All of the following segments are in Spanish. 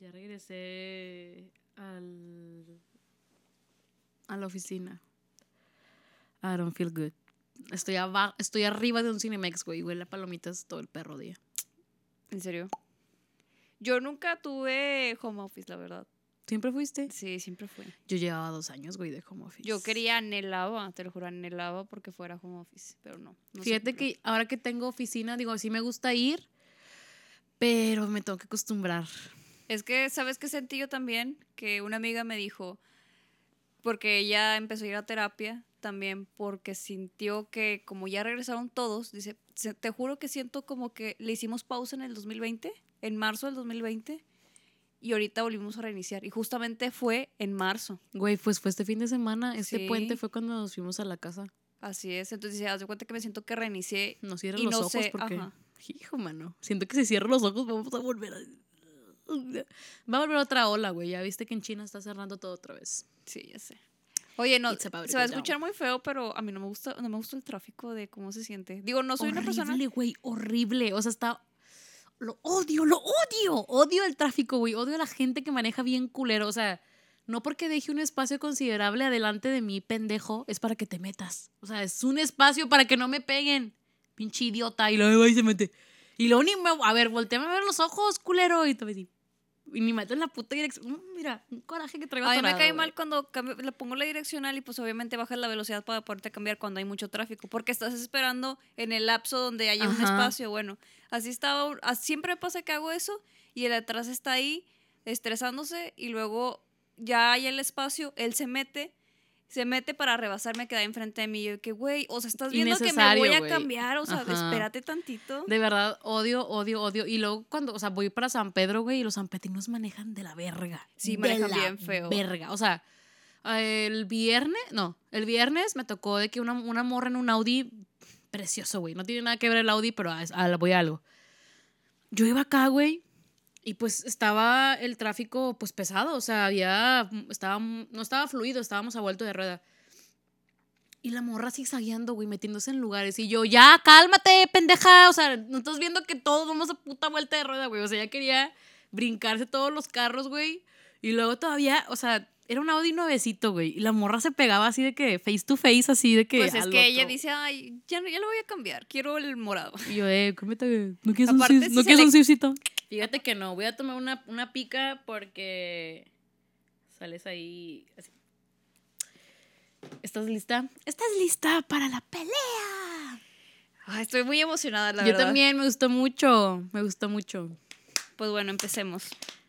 Ya regresé a la oficina. I don't feel good. Estoy arriba de un Cinemex, güey. Huele a palomitas todo el perro día. ¿En serio? Yo nunca tuve home office, la verdad. ¿Siempre fuiste? Sí, siempre fui. Yo llevaba 2 años, güey, de home office. Yo anhelaba, te lo juro, anhelaba porque fuera home office, pero no. Fíjate que ahora que tengo oficina, digo, sí me gusta ir, pero me tengo que acostumbrar. Es que, ¿sabes qué sentí yo también? Que una amiga me dijo, porque ella empezó a ir a terapia también, porque sintió que como ya regresaron todos, dice, te juro que siento como que le hicimos pausa en el 2020, en marzo del 2020, y ahorita volvimos a reiniciar. Y justamente fue en marzo. Güey, pues fue este fin de semana, este Sí. puente fue cuando nos fuimos a la casa. Así es, entonces dice, haz de cuenta que me siento que reinicié. No cierran y los no ojos sé, porque... ajá. Hijo, mano. Siento que si cierro los ojos vamos a volver a... Va a volver otra ola, güey. Ya viste que en China está cerrando todo otra vez. Sí, ya sé. Oye, no, It's about se va a to go escuchar muy feo, pero a mí no me gusta el tráfico de cómo se siente. Digo, no soy una persona... Horrible, güey, horrible. O sea, lo odio, lo odio. Odio el tráfico, güey. Odio a la gente que maneja bien culero. O sea, no porque deje un espacio considerable adelante de mí, pendejo, es para que te metas. O sea, es un espacio para que no me peguen. Pinche idiota. Y luego ahí se mete. Y luego ni me... A ver, volteame a ver los ojos, culero. Y te voy a decir... Y ni meto en la puta dirección. Mira, un coraje que traigo A mí atorado, me cae güey. mal cuando le pongo la direccional y pues obviamente bajas la velocidad para poderte cambiar cuando hay mucho tráfico, porque estás esperando en el lapso donde haya un espacio. Bueno, siempre me pasa que hago eso y el de atrás está ahí estresándose y luego ya hay el espacio, él se mete para rebasarme, queda enfrente de mí y yo que güey, o sea, estás viendo que me voy a cambiar, o sea, espérate tantito. De verdad, odio, odio, odio. Y luego cuando, o sea, voy para San Pedro, güey, y los sanpetinos manejan de la verga. Sí, manejan bien feo. Verga. O sea, el viernes me tocó de que una morra en un Audi precioso, güey. No tiene nada que ver el Audi, pero voy a algo. Yo iba acá, güey, y pues estaba el tráfico pues pesado, o sea, no estaba fluido, estábamos a vuelto de rueda. Y la morra zigzagueando, güey, metiéndose en lugares. Y yo, ya, cálmate, pendeja. O sea, no estás viendo que todos vamos a puta vuelta de rueda, güey. O sea, ya quería brincarse todos los carros, güey. Y luego todavía, o sea, era un Audi nuevecito, güey. Y la morra se pegaba así de que face to face, así de que. Pues es que ella dice, ay, ya lo voy a cambiar, quiero el morado. Y yo, cómete, ¿no quieres Aparte, un cipcito? Fíjate que no, voy a tomar una pica porque sales ahí así. ¿Estás lista? ¿Estás lista para la pelea? Ay, estoy muy emocionada, la verdad. Yo también, me gustó mucho. Pues bueno, empecemos.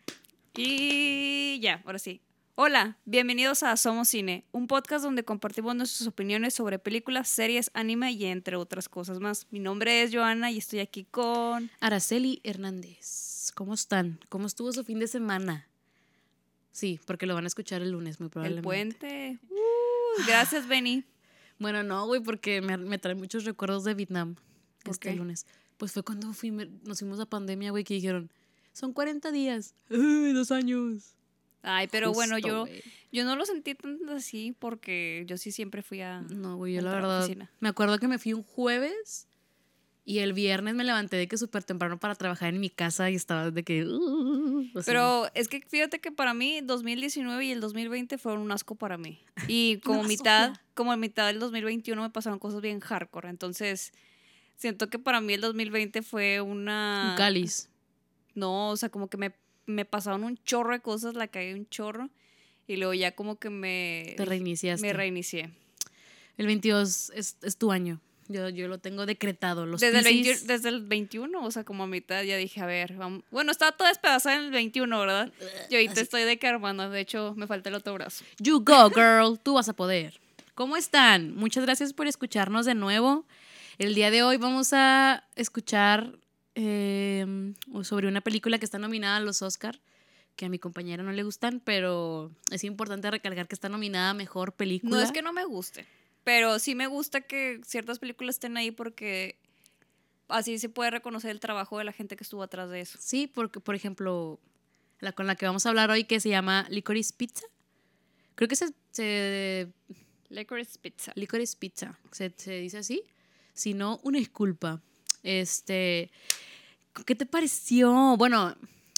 Y ya, ahora sí. Hola, bienvenidos a Somos Cine, un podcast donde compartimos nuestras opiniones sobre películas, series, anime y entre otras cosas más. Mi nombre es Joana y estoy aquí con... Araceli Hernández. ¿Cómo están? ¿Cómo estuvo su fin de semana? Sí, porque lo van a escuchar el lunes, muy probablemente. El puente. Gracias, Benny. Bueno, no, güey, porque me trae muchos recuerdos de Vietnam ¿Por qué? lunes. Pues fue cuando nos fuimos a pandemia, güey, que dijeron, son 40 días. ¡Ay, 2 años! Ay, pero Justo, bueno, güey. yo no lo sentí tanto así porque yo sí siempre fui a... No, güey, yo la entrar a verdad, oficina. me acuerdo que me fui un jueves y el viernes me levanté de que súper temprano para trabajar en mi casa y estaba de que... así. Pero es que fíjate que para mí 2019 y el 2020 fueron un asco para mí. Y como en mitad del 2021 me pasaron cosas bien hardcore. Entonces, siento que para mí el 2020 fue Un cáliz. No, o sea, como que me pasaron un chorro de cosas, la caí un chorro. Y luego ya como que Te reiniciaste. me reinicié. El 22 es tu año. Yo lo tengo decretado. Desde el 21, o sea, como a mitad ya dije, a ver, vamos. Bueno, estaba toda despedazada en el 21, ¿verdad? Y ahorita estoy de que hermano, de hecho, me falta el otro brazo. You go, girl. Tú vas a poder. ¿Cómo están? Muchas gracias por escucharnos de nuevo. El día de hoy vamos a escuchar sobre una película que está nominada a los Oscar, que a mi compañera no le gustan, pero es importante recalcar que está nominada a Mejor Película. No es que no me guste, pero sí me gusta que ciertas películas estén ahí porque así se puede reconocer el trabajo de la gente que estuvo atrás de eso. Sí, porque, por ejemplo, la con la que vamos a hablar hoy, que se llama Licorice Pizza. Creo que Licorice Pizza. Licorice Pizza. ¿Se dice así? Si no, una disculpa. ¿Qué te pareció? Bueno,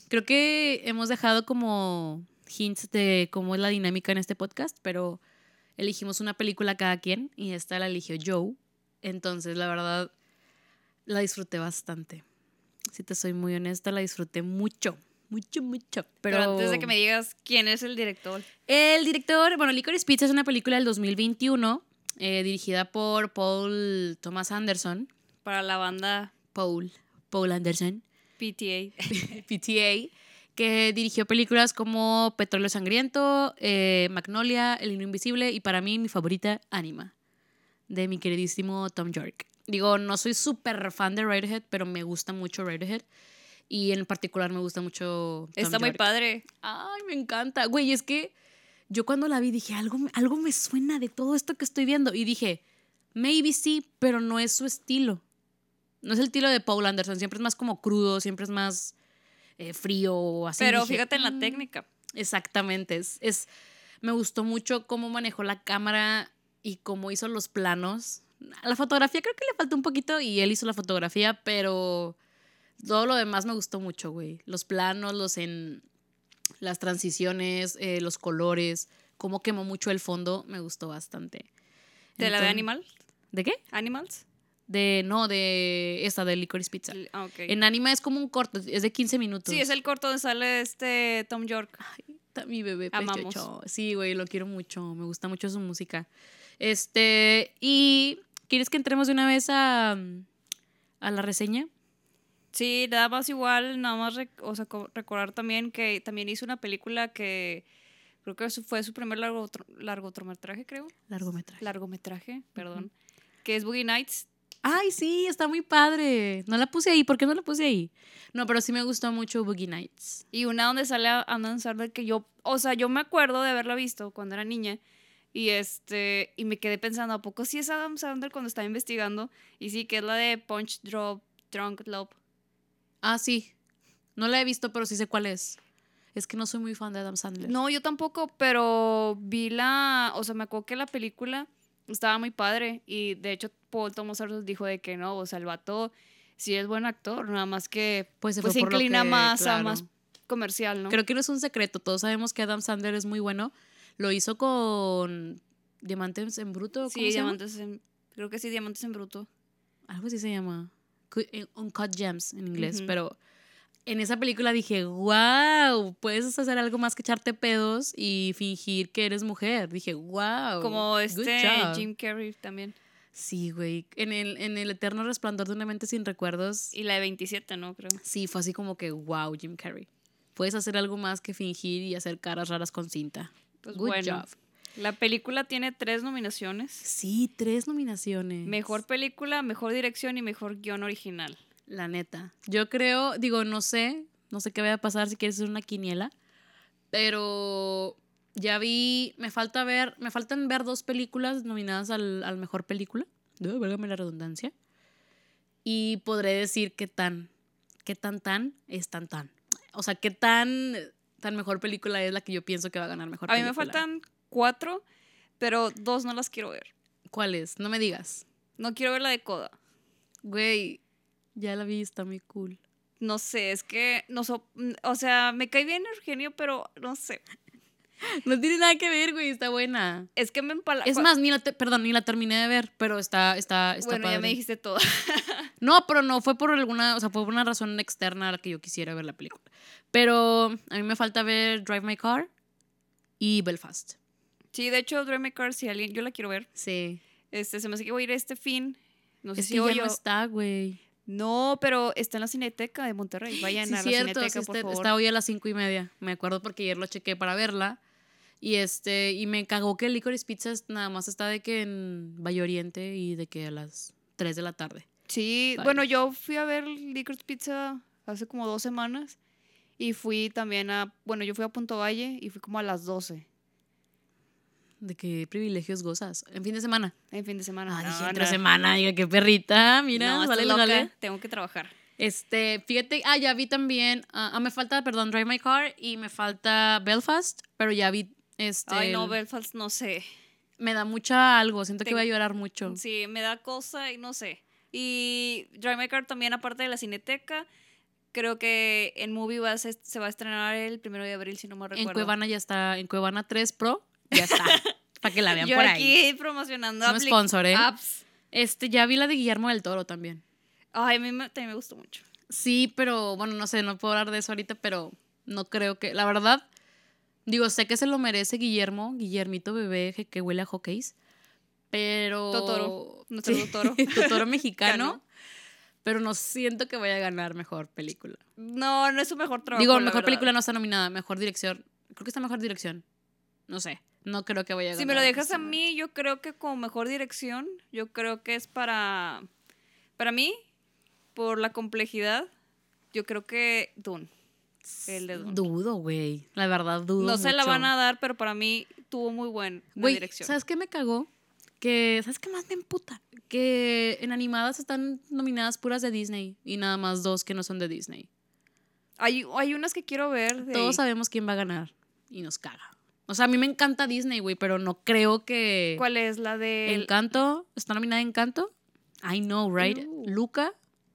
creo que hemos dejado como hints de cómo es la dinámica en este podcast, pero elegimos una película cada quien y esta la eligió Joe. Entonces, la verdad, la disfruté bastante. Si te soy muy honesta, la disfruté mucho. Mucho. Pero antes de que me digas quién es el director. El director, bueno, Licorice Pizza es una película del 2021 dirigida por Paul Thomas Anderson. Para la banda Paul Anderson. PTA. PTA, que dirigió películas como Petróleo Sangriento, Magnolia, El Hilo Invisible y para mí mi favorita, Anima, de mi queridísimo Tom York. Digo, no soy súper fan de Radiohead, pero me gusta mucho Radiohead. Y en particular me gusta mucho Tom Está muy York. padre. Ay, me encanta. Güey, es que yo cuando la vi dije, algo me suena de todo esto que estoy viendo. Y dije, maybe sí, pero no es su estilo. No es el estilo de Paul Anderson. Siempre es más como crudo, siempre es más frío, así. Pero dije, fíjate en la técnica. Exactamente. Me gustó mucho cómo manejó la cámara y cómo hizo los planos. La fotografía creo que le faltó un poquito y él hizo la fotografía, pero todo lo demás me gustó mucho, güey. Los planos, las transiciones, los colores, cómo quemó mucho el fondo, me gustó bastante. ¿De la de Animal? ¿De qué? ¿Animals? De esta, de Licorice Pizza. Okay. En Anima es como un corto, es de 15 minutos. Sí, es el corto donde sale Tom York. Ay, está mi bebé Amamos. pechocho. Sí, güey, lo quiero mucho. Me gusta mucho su música. Y ¿quieres que entremos de una vez a la reseña? Sí, nada más igual, nada más recordar también que también hizo una película que creo que fue su primer largometraje, creo. Largometraje, perdón. Que es Boogie Nights. Ay, sí, está muy padre. No la puse ahí. ¿Por qué no la puse ahí? No, pero sí me gustó mucho Boogie Nights. Y una donde sale Adam Sandler que yo me acuerdo de haberla visto cuando era niña. Y y me quedé pensando, ¿a poco sí es Adam Sandler cuando estaba investigando? Y sí, que es la de Punch Drunk Love. Ah, sí. No la he visto, pero sí sé cuál es. Es que no soy muy fan de Adam Sandler. No, yo tampoco, pero me acuerdo que la película estaba muy padre. Y de hecho, Paul Thomas Anderson dijo de que no, el vato sí es buen actor, nada más que pues se inclina más a más comercial, ¿no? Creo que no es un secreto. Todos sabemos que Adam Sandler es muy bueno. Lo hizo con Diamantes en Bruto. Sí, creo que sí, Diamantes en Bruto. Algo así se llama. Uncut Gems en inglés, pero en esa película dije, wow, puedes hacer algo más que echarte pedos y fingir que eres mujer. Dije, wow. Como Jim Carrey también. Sí, güey. En el Eterno Resplandor de una mente sin recuerdos. Y la de 27, ¿no? Creo. Sí, fue así como que, wow, Jim Carrey. Puedes hacer algo más que fingir y hacer caras raras con cinta. Pues Good job. La película tiene 3 nominaciones. Sí, 3 nominaciones. Mejor película, mejor dirección y mejor guión original. La neta. Yo creo, no sé qué vaya a pasar si quieres hacer una quiniela, pero ya vi, me faltan ver 2 películas nominadas al mejor película. Válgame la redundancia. Y podré decir qué tan es tan. O sea, qué tan mejor película es la que yo pienso que va a ganar mejor película. A mí me faltan 4, pero 2 no las quiero ver. ¿Cuáles? No me digas. No quiero ver la de Coda. Güey, ya la vi, está muy cool. No sé, es que o sea, me cae bien Eugenio, pero no sé. No tiene nada que ver, güey, está buena. Es que me empala. Es más, ni la terminé de ver, pero está bueno, padre. Ya me dijiste todo. No, pero no fue por fue por una razón externa a la que yo quisiera ver la película. Pero a mí me falta ver Drive My Car y Belfast. Sí, de hecho, Drive My Car, si alguien, yo la quiero ver. Sí. Se me hace que voy a ir este fin. No sé es si que hoy ya no está, güey. No, pero está en la Cineteca de Monterrey. Vayan a la Cineteca, por favor. Está hoy a las 5:30. Me acuerdo porque ayer lo chequé para verla. Y me cagó que el Licorice Pizza nada más está de que en Valle Oriente y de que a las 3 de la tarde. Sí, Bye. Bueno, yo fui a ver Licorice Pizza hace como 2 semanas. Y fui también yo fui a Punto Valle y fui como a las 12. ¿De qué privilegios gozas? ¿En fin de semana? En fin de semana. Dije entre semana, diga, qué perrita, mira, no, vale, loca. Tengo que trabajar. Fíjate, ya vi también, me falta, Drive My Car y me falta Belfast, pero ya vi, Ay, no, Belfast, no sé. Me da mucha algo, siento que voy a llorar mucho. Sí, me da cosa y no sé. Y Drive My Car también, aparte de la Cineteca, creo que en Movie se va a estrenar el 1 de abril, si no me recuerdo. En Cuevana ya está, en Cuevana 3 Pro, ya está. Para que la vean Yo por aquí ahí. promocionando No sponsor, ¿eh? apps. Ya vi la de Guillermo del Toro también. Ay, a mí también me gustó mucho. Sí, pero bueno, no sé, no puedo hablar de eso ahorita, pero no creo que, la verdad, digo, sé que se lo merece Guillermito bebé que huele a hockeys, pero... Totoro, nuestro Sí, Totoro. Totoro mexicano, pero no siento que vaya a ganar mejor película. No, no es su mejor trabajo. Digo, la mejor verdad. película no está nominada, mejor dirección. Creo que está mejor dirección. No sé, no creo que vaya a ganar. Si me lo dejas a mí, yo creo que como mejor dirección, yo creo que es para mí, por la complejidad, yo creo que Dune. El de Dune. Dudo, güey. La verdad, dudo No se la mucho. van a dar, pero para mí tuvo muy buena dirección. ¿Sabes qué me cagó? ¿Sabes qué más me emputa? Que en animadas están nominadas puras de Disney y nada más 2 que no son de Disney. Hay unas que quiero ver. Todos sabemos quién va a ganar y nos caga. O sea, a mí me encanta Disney, güey, pero no creo que... ¿Cuál es? La de... Encanto. ¿Está nominada Encanto? I know, right? Luca.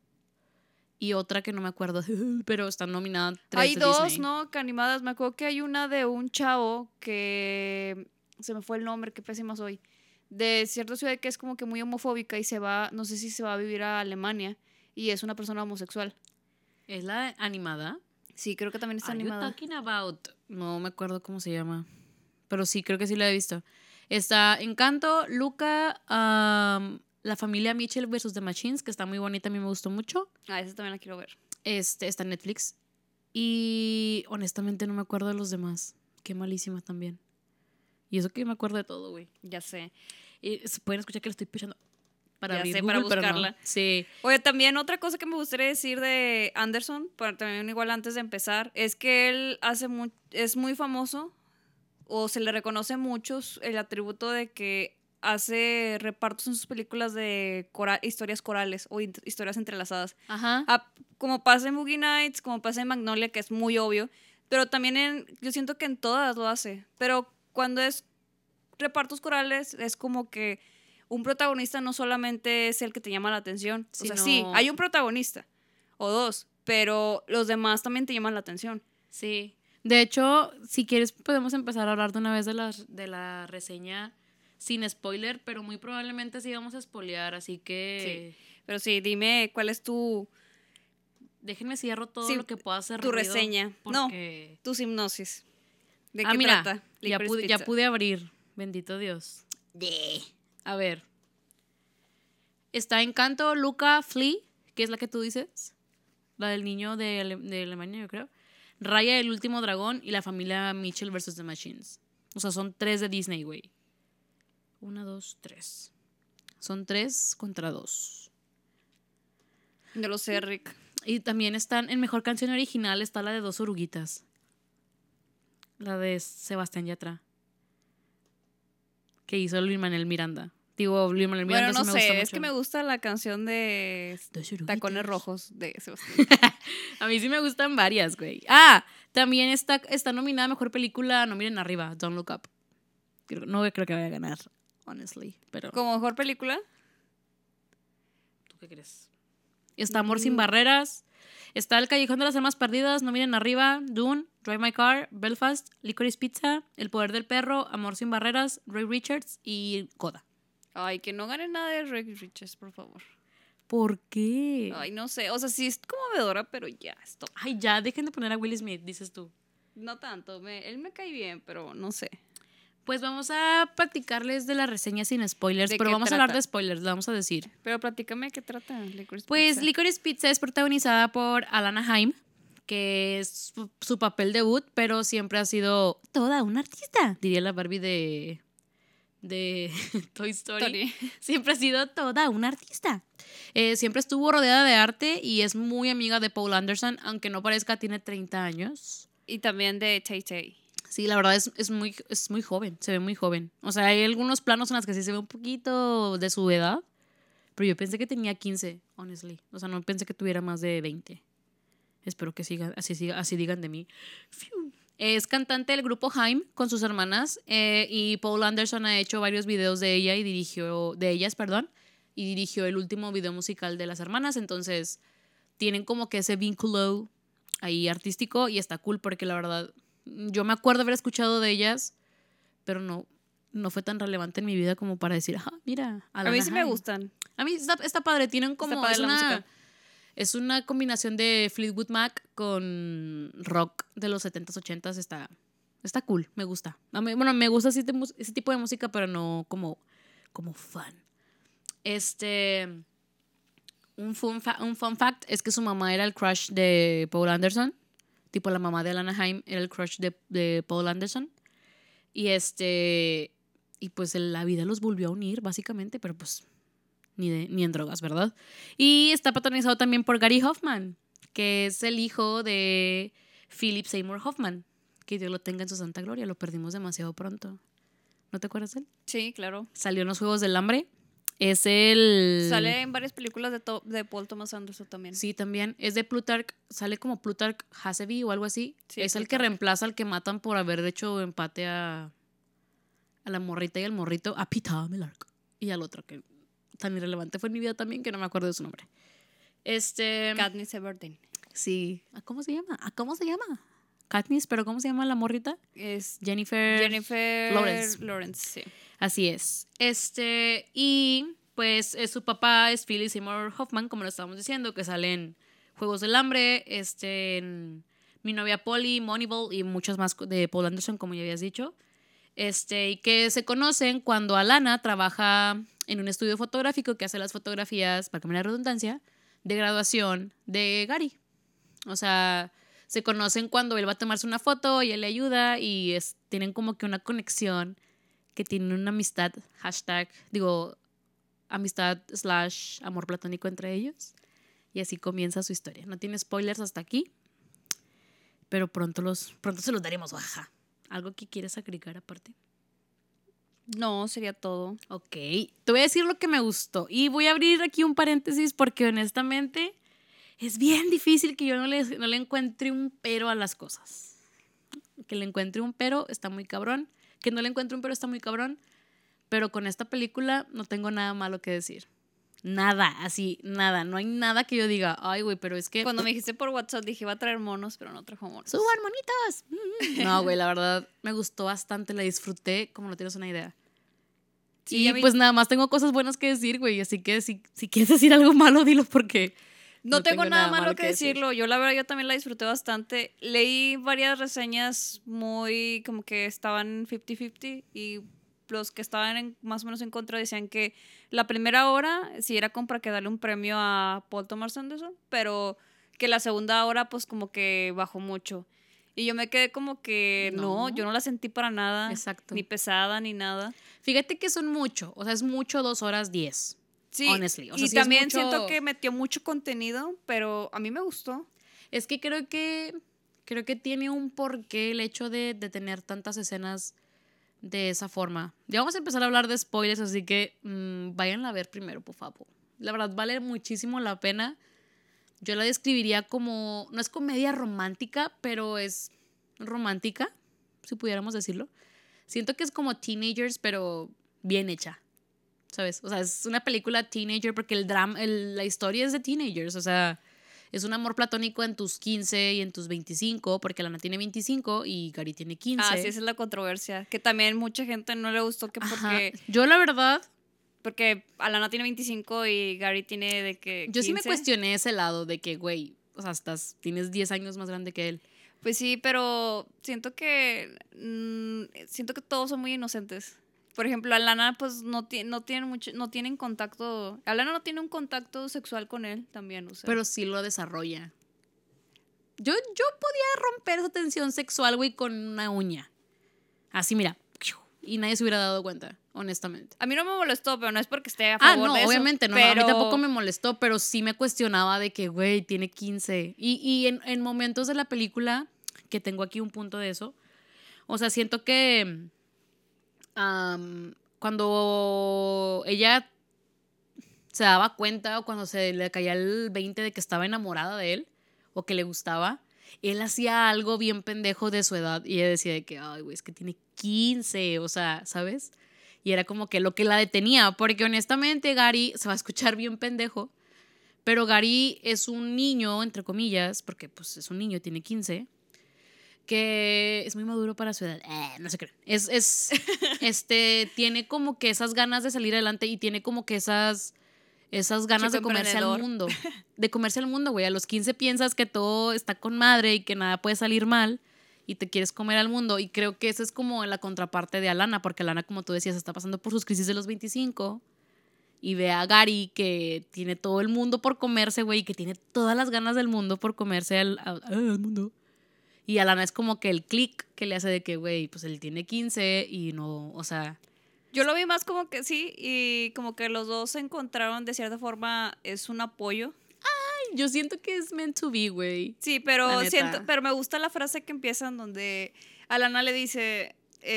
Y otra que no me acuerdo, pero están nominadas 3 Hay de dos, Disney. ¿no? Que animadas. Me acuerdo que hay una de un chavo que... Se me fue el nombre, qué pésima soy. De cierta ciudad que es como que muy homofóbica y se va, no sé si se va a vivir a Alemania y es una persona homosexual. ¿Es la animada? Sí, creo que también está animada. Are you talking about? No me acuerdo cómo se llama. Pero sí, creo que sí la he visto. Está Encanto, Luca, la familia Mitchell vs. The Machines, que está muy bonita, a mí me gustó mucho. Esa también la quiero ver. Está en Netflix. Y honestamente no me acuerdo de los demás. Qué malísima también. Y eso que me acuerdo de todo, güey. Ya sé. Y se pueden escuchar que lo estoy pichando para Ya abrir sé, Google, para pero buscarla. no. Sí. Oye, también otra cosa que me gustaría decir de Anderson, pero también igual antes de empezar, es que él es muy famoso o se le reconoce mucho el atributo de que hace repartos en sus películas de historias corales o historias entrelazadas. Ajá. Como pasa en Boogie Nights, como pasa en Magnolia, que es muy obvio, pero también yo siento que en todas lo hace. Pero cuando es repartos corales, es como que un protagonista no solamente es el que te llama la atención. O sea, sí, hay un protagonista o dos, pero los demás también te llaman la atención. Sí. De hecho, si quieres podemos empezar a hablar de una vez de la reseña sin spoiler, pero muy probablemente sí vamos a spoilear, así que... Sí. Pero sí, dime cuál es tu... Déjenme cierro todo lo que pueda hacer tu ruido, reseña. porque... No, tus hipnosis. ¿De qué mira, trata? ya pude abrir. Bendito Dios. A ver. Está Encanto, Luca, Flea, que es la que tú dices. La del niño de Alemania, yo creo. Raya, el último dragón y la familia Mitchell vs. The Machines. O sea, son 3 de Disney, güey. 1, 2, 3. Son 3 contra 2. Yo lo sé, Rick. Y también están, en mejor canción original está la de 2 oruguitas. La de Sebastián Yatra. Que hizo Lin-Manuel Miranda. Digo, Lin-Manuel Miranda Bueno, no sí me gusta sé, mucho. es que me gusta la canción de Tacones Rojos de Sebastián. A mí sí me gustan varias, güey. También está nominada a Mejor Película, no miren arriba, Don't Look Up. No creo que vaya a ganar, honestly. Pero, ¿Como mejor película? ¿tú qué crees? Está Amor sin Barreras. Está El Callejón de las Almas Perdidas, No miren arriba, Dune, Drive My Car, Belfast, Licorice Pizza, El Poder del Perro, Amor sin Barreras, Ray Richards y Coda. Ay, que no gane nada de Ray Richards, por favor. ¿Por qué? Ay, no sé. O sea, sí es conmovedora, pero ya, stop. Ay, ya, dejen de poner a Will Smith, dices tú. No tanto. Él me cae bien, pero no sé. Pues vamos a platicarles de la reseña sin spoilers, ¿De pero qué vamos a trata? hablar de spoilers, lo vamos a decir. Pero platícame qué trata Licorice Pues Pizza. Licorice Pizza es protagonizada por Alana Haim, que es su papel debut, pero siempre ha sido toda una artista, diría la Barbie de Toy Story. Siempre ha sido toda una artista. Siempre estuvo rodeada de arte y es muy amiga de Paul Anderson, aunque no parezca, tiene 30 años. Y también de Tay Tay. Sí, la verdad es muy joven, se ve muy joven. O sea, hay algunos planos en los que sí se ve un poquito de su edad, pero yo pensé que tenía 15, honestly. O sea, no pensé que tuviera más de 20. Espero que así digan de mí. Es cantante del grupo Haim con sus hermanas y Paul Anderson ha hecho varios videos de ellas y dirigió el último video musical de las hermanas, entonces tienen como que ese vínculo ahí artístico y está cool porque la verdad yo me acuerdo haber escuchado de ellas, pero no fue tan relevante en mi vida como para decir, mira, A mí sí me gustan. A mí está padre, tienen como... Está padre la música. Es una combinación de Fleetwood Mac con rock de los 70s, 80s. Está cool, me gusta. Bueno, me gusta ese tipo de música, pero no como fan. Un fun fact es que su mamá era el crush de Paul Anderson. Tipo, la mamá de Alana Haim era el crush de Paul Anderson. Y y pues la vida los volvió a unir, básicamente, pero pues ni en drogas, ¿verdad? Y está patrocinado también por Gary Hoffman, que es el hijo de Philip Seymour Hoffman. Que Dios lo tenga en su santa gloria, lo perdimos demasiado pronto. ¿No te acuerdas de él? Sí, claro. Salió en los Juegos del Hambre. Sale en varias películas de Paul Thomas Anderson también. Sí, también. Es de Plutarch. Sale como Plutarch Haseby o algo así. Sí, es Plutarch. El que reemplaza al que matan por haber hecho empate a la morrita y al morrito. A Peter Millark. Y al otro que tan irrelevante fue en mi vida también que no me acuerdo de su nombre. Katniss Everdeen. Sí. ¿Cómo se llama? Katniss, pero ¿cómo se llama la morrita? Es Jennifer Lawrence, sí. Así es. Y pues su papá es Philip Seymour Hoffman, como lo estábamos diciendo, que sale en Juegos del Hambre, en Mi novia Polly, Moneyball y muchas más de Paul Anderson, como ya habías dicho. Y que se conocen cuando Alana trabaja en un estudio fotográfico que hace las fotografías, para que me la redundancia, de graduación de Gary. O sea, se conocen cuando él va a tomarse una foto y él le ayuda y tienen como que una conexión que tienen una amistad, amistad / amor platónico entre ellos. Y así comienza su historia. No tiene spoilers hasta aquí, pero pronto se los daremos baja. ¿Algo que quieres agregar aparte? No, sería todo. Ok, te voy a decir lo que me gustó. Y voy a abrir aquí un paréntesis porque honestamente es bien difícil que yo no le encuentre un pero a las cosas. Que le encuentre un pero está muy cabrón. Que no le encuentre un pero está muy cabrón. Pero con esta película no tengo nada malo que decir. Nada, así, nada. No hay nada que yo diga, ay, güey, pero es que... Cuando me dijiste por WhatsApp dije, iba a traer monos, pero no trajo monos. ¡Suban, monitos! No, güey, la verdad, me gustó bastante. La disfruté como no tienes una idea. Sí, y pues nada más tengo cosas buenas que decir, güey. Así que si quieres decir algo malo, dilo porque... No tengo nada malo que decirlo. Yo la verdad, yo también la disfruté bastante. Leí varias reseñas muy como que estaban 50-50 y los que estaban más o menos en contra decían que la primera hora sí era como para que darle un premio a Paul Thomas Anderson, pero que la segunda hora pues como que bajó mucho. Y yo me quedé como que no, yo no la sentí para nada. Exacto. Ni pesada ni nada. Fíjate que son mucho, o sea, es mucho 2 horas 10. Sí, honestly. O sea, y sí también es mucho... siento que metió mucho contenido, pero a mí me gustó. Es que creo que tiene un porqué el hecho de tener tantas escenas de esa forma. Ya vamos a empezar a hablar de spoilers, así que vayan a ver primero, por favor. La verdad, vale muchísimo la pena. Yo la describiría como... No es comedia romántica, pero es romántica, si pudiéramos decirlo. Siento que es como teenagers, pero bien hecha. ¿Sabes? O sea, es una película teenager porque la historia es de teenagers. O sea, es un amor platónico en tus 15 y en tus 25, porque Lana tiene 25 y Gary tiene 15. Ah, sí, esa es la controversia. Que también mucha gente no le gustó que porque... Ajá. Yo la verdad... Porque Alana tiene 25 y Gary tiene de que 15. Yo sí me cuestioné ese lado de que, güey, o sea, tienes 10 años más grande que él. Pues sí, pero siento que todos son muy inocentes. Por ejemplo, Alana pues no tienen contacto. Alana no tiene un contacto sexual con él también, o sea. Pero sí lo desarrolla. Yo podía romper esa tensión sexual, güey, con una uña. Así, mira. Y nadie se hubiera dado cuenta, honestamente. A mí no me molestó, pero no es porque esté a favor no, de eso. Obviamente no, pero... a mí tampoco me molestó, pero sí me cuestionaba de que, güey, tiene 15. Y en momentos de la película, que tengo aquí un punto de eso, o sea, siento que cuando ella se daba cuenta o cuando se le caía el 20 de que estaba enamorada de él o que le gustaba, él hacía algo bien pendejo de su edad y ella decía de que, ay, güey, es que tiene 15, o sea, ¿sabes? Y era como que lo que la detenía, porque honestamente Gary se va a escuchar bien pendejo, Pero Gary es un niño, entre comillas, porque pues es un niño, tiene 15, que es muy maduro para su edad. No sé qué. Tiene como que esas ganas de salir adelante y tiene como que esas ganas Chico de comerse al emprendedor. mundo. De comerse al mundo, güey. A los 15 piensas que todo está con madre y que nada puede salir mal y te quieres comer al mundo. Y creo que esa es como la contraparte de Alana, porque Alana, como tú decías, está pasando por sus crisis de los 25 y ve a Gary que tiene todo el mundo por comerse, güey, y que tiene todas las ganas del mundo por comerse al mundo. Y Alana es como que el click que le hace de que, güey, pues él tiene 15 y no, o sea... Yo lo vi más como que sí, y como que los dos se encontraron de cierta forma, es un apoyo. Yo siento que es meant to be, güey. Sí, La pero neta. pero me gusta la frase que empiezan donde Alana le dice,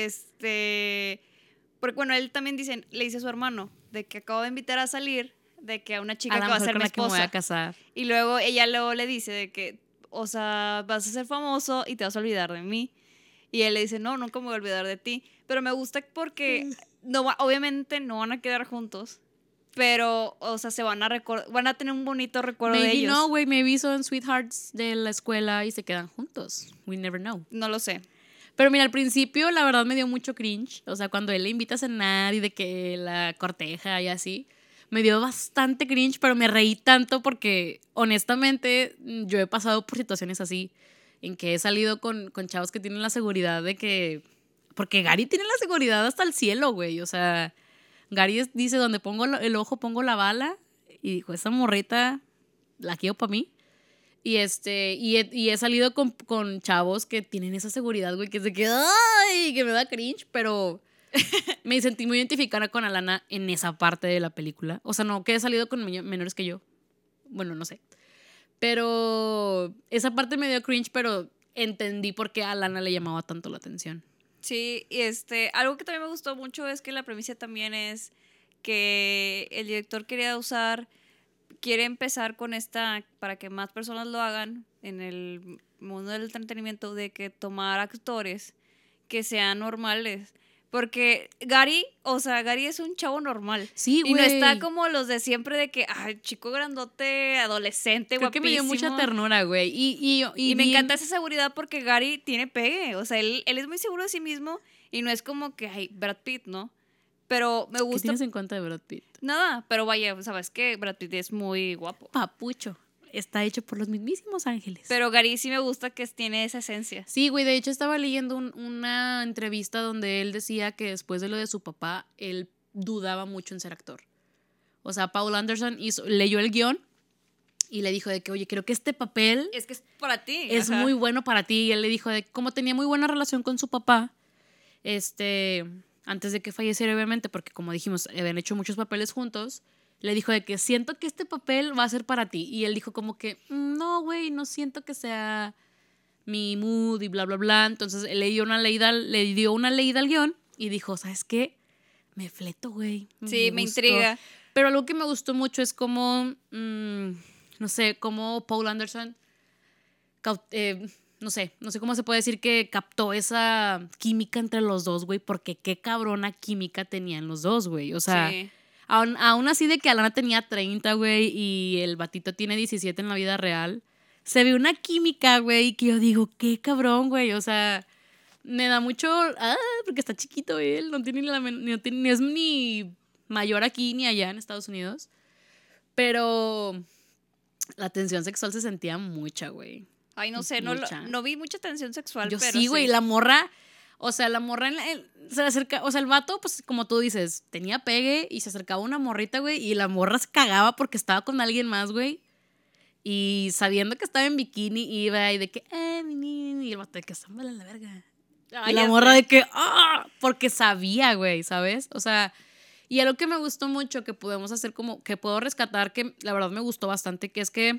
porque bueno, él también le dice a su hermano, de que acabo de invitar a salir, de que a una chica A la que va a mujer ser con mi la que me voy a esposa. casar. Y luego ella luego le dice de que, o sea, vas a ser famoso y te vas a olvidar de mí. Y él le dice, no, nunca me voy a olvidar de ti. Pero me gusta porque obviamente no van a quedar juntos, pero, o sea, van a tener un bonito recuerdo de Maybe ellos. no, güey. Maybe son sweethearts de la escuela y se quedan juntos. We never know. No lo sé. Pero mira, al principio la verdad me dio mucho cringe. O sea, cuando él le invita a cenar y de que la corteja y así, me dio bastante cringe, pero me reí tanto porque honestamente yo he pasado por situaciones así, en que he salido con chavos que tienen la seguridad de que... Porque Gary tiene la seguridad hasta el cielo, güey. O sea, Gary dice, donde pongo el ojo pongo la bala. Y dijo, esa morrita la quiero para mí. Y he salido con chavos que tienen esa seguridad, güey, que se queda, ¡ay! Que me da cringe, pero me sentí muy identificada con Alana en esa parte de la película. O sea, no que he salido con menores que yo. Bueno, no sé. Pero esa parte me dio cringe, pero entendí por qué a Alana le llamaba tanto la atención. Sí, y algo que también me gustó mucho es que la premisa también es que el director quiere empezar con para que más personas lo hagan en el mundo del entretenimiento, de que tomar actores que sean normales. Porque Gary es un chavo normal. Sí, Y no está güey. como los de siempre de que, ay, chico grandote, adolescente, Creo que me dio guapísimo. mucha ternura, güey. Y me encanta esa seguridad porque Gary tiene pegue. O sea, él es muy seguro de sí mismo y no es como que, ay, Brad Pitt, ¿no? Pero me ¿Qué gusta. tienes en cuenta de Brad Pitt? Nada, pero vaya, sabes que Brad Pitt es muy guapo. Papucho. Está hecho por los mismísimos ángeles. Pero Gary sí me gusta que tiene esa esencia. Sí, güey, de hecho estaba leyendo una entrevista donde él decía que después de lo de su papá, él dudaba mucho en ser actor. O sea, Paul Anderson leyó el guión y le dijo de que, oye, creo que este papel Es que es para ti. es ajá. muy bueno para ti. Y él le dijo de como tenía muy buena relación con su papá, antes de que falleciera, obviamente, porque como dijimos, habían hecho muchos papeles juntos, le dijo de que siento que este papel va a ser para ti. Y él dijo como que, no, güey, no siento que sea mi mood y bla, bla, bla. Entonces él le dio una leída al guión y dijo, ¿sabes qué? Me fleto, güey. Sí, me gustó. intriga. Pero algo que me gustó mucho es como, no sé, cómo Paul Anderson, no sé cómo se puede decir que captó esa química entre los dos, güey, porque qué cabrona química tenían los dos, güey. O sea, Sí. aún así de que Alana tenía 30, güey, y el batito tiene 17 en la vida real, se ve una química, güey, que yo digo, qué cabrón, güey. O sea, me da mucho, porque está chiquito él, no tiene ni es ni mayor aquí ni allá en Estados Unidos. Pero la tensión sexual se sentía mucha, güey. Ay, no sé, no vi mucha tensión sexual, Yo pero sí, güey, la morra, o sea, se le acerca, o sea, el vato, pues como tú dices, tenía pegue y se acercaba una morrita, güey, y la morra se cagaba porque estaba con alguien más, güey. Y sabiendo que estaba en bikini, iba y de que, y el vato de que sámbala la verga. Ay, Y la ya morra sé. de que, porque sabía, güey, ¿sabes? O sea, y algo que me gustó mucho, que podemos hacer como, que puedo rescatar, que la verdad me gustó bastante, que es que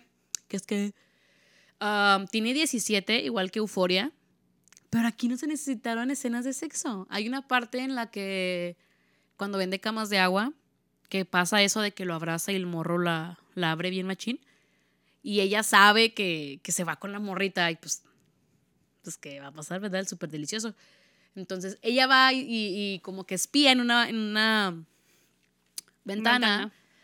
tiene 17, igual que Euphoria, pero aquí no se necesitaron escenas de sexo. Hay una parte en la que, cuando vende camas de agua, que pasa eso de que lo abraza y el morro la abre bien machín, y ella sabe que se va con la morrita y pues que va a pasar, ¿verdad? El súper delicioso. Entonces ella va y como que espía en una ventana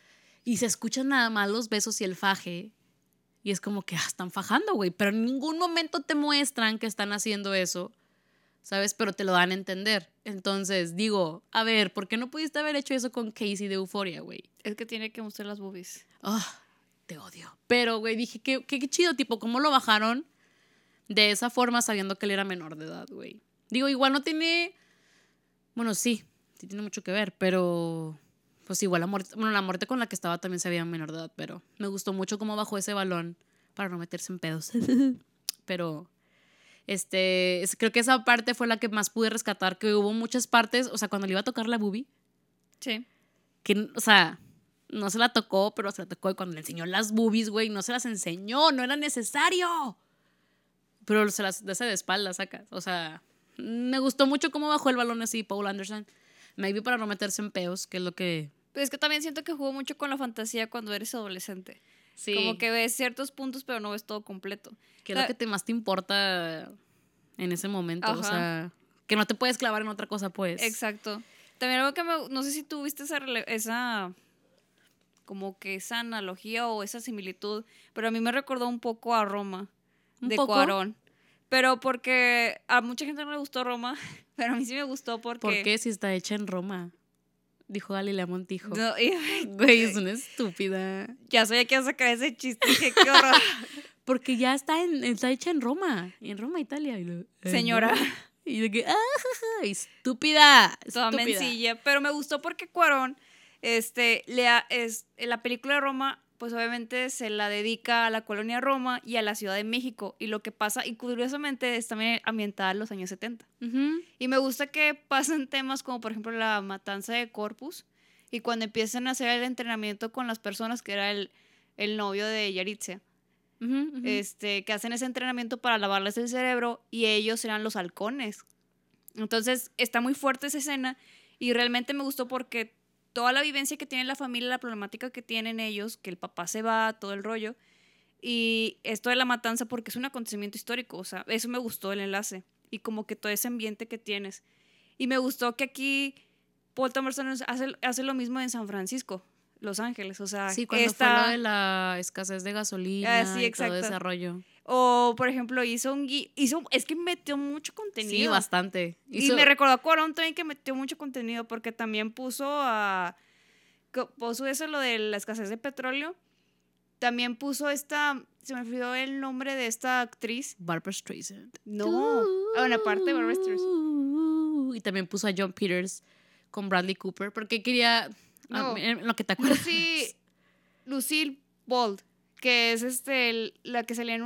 Y se escuchan nada más los besos y el faje. Y es como que están fajando, güey. Pero en ningún momento te muestran que están haciendo eso, ¿sabes? Pero te lo dan a entender. Entonces, digo, a ver, ¿por qué no pudiste haber hecho eso con Casey de Euphoria, güey? Es que tiene que mostrar las boobies. Te odio. Pero, güey, dije, qué chido, tipo, ¿cómo lo bajaron de esa forma sabiendo que él era menor de edad, güey? Digo, igual no tiene... Bueno, sí tiene mucho que ver, pero... Pues igual la muerte con la que estaba también se veía menor de edad, pero me gustó mucho cómo bajó ese balón para no meterse en pedos. Pero... creo que esa parte fue la que más pude rescatar, que hubo muchas partes, o sea, cuando le iba a tocar la boobie, sí, que, o sea, no se la tocó, pero se la tocó, y cuando le enseñó las boobies, güey, no se las enseñó, no era necesario, pero se las hace de espaldas, sacas, o sea, me gustó mucho cómo bajó el balón así Paul Anderson, maybe para no meterse en peos, que es lo que... pero es que también siento que jugó mucho con la fantasía cuando eres adolescente. Sí. Como que ves ciertos puntos, pero no ves todo completo. Que es lo que más te importa en ese momento. Ajá. O sea, que no te puedes clavar en otra cosa, pues. Exacto. También algo que no sé si tú viste esa como que esa analogía o esa similitud, pero a mí me recordó un poco a Roma, de Cuarón. Pero porque a mucha gente no le gustó Roma, pero a mí sí me gustó porque... ¿Por qué si está hecha en Roma? Dijo Galilea Montijo. No, güey, es una estúpida. Ya sabía que iba a sacar ese chiste. Dije, qué horror. Porque ya está hecha en Roma, Italia. Y señora. Y de que, estúpida. Toda mencilla. Pero me gustó porque Cuarón, la película de Roma, pues obviamente se la dedica a la colonia Roma y a la Ciudad de México. Y lo que pasa, y curiosamente es también ambientada en los años 70. Uh-huh. Y me gusta que pasen temas como, por ejemplo, la matanza de Corpus. Y cuando empiezan a hacer el entrenamiento con las personas, que era el novio de Yaritzia. Uh-huh, uh-huh. Que hacen ese entrenamiento para lavarles el cerebro y ellos eran los halcones. Entonces está muy fuerte esa escena y realmente me gustó porque toda la vivencia que tiene la familia, la problemática que tienen ellos, que el papá se va, todo el rollo, y esto de la matanza porque es un acontecimiento histórico, o sea, eso me gustó el enlace y como que todo ese ambiente que tienes. Y me gustó que aquí Paul Thomas Anderson hace lo mismo en San Francisco, Los Ángeles, o sea... Sí, cuando fue lo de la escasez de gasolina sí, y todo ese rollo. O, por ejemplo, es que metió mucho contenido. Sí, bastante. Y me recordó a Cuarón también que metió mucho contenido porque también puso eso, lo de la escasez de petróleo. También puso se me olvidó el nombre de esta actriz. Barbra Streisand. No, bueno, aparte de Barbra Streisand. Y también puso a John Peters con Bradley Cooper porque quería... No. Lo que te acuerdas. Lucille Ball, que es la que salía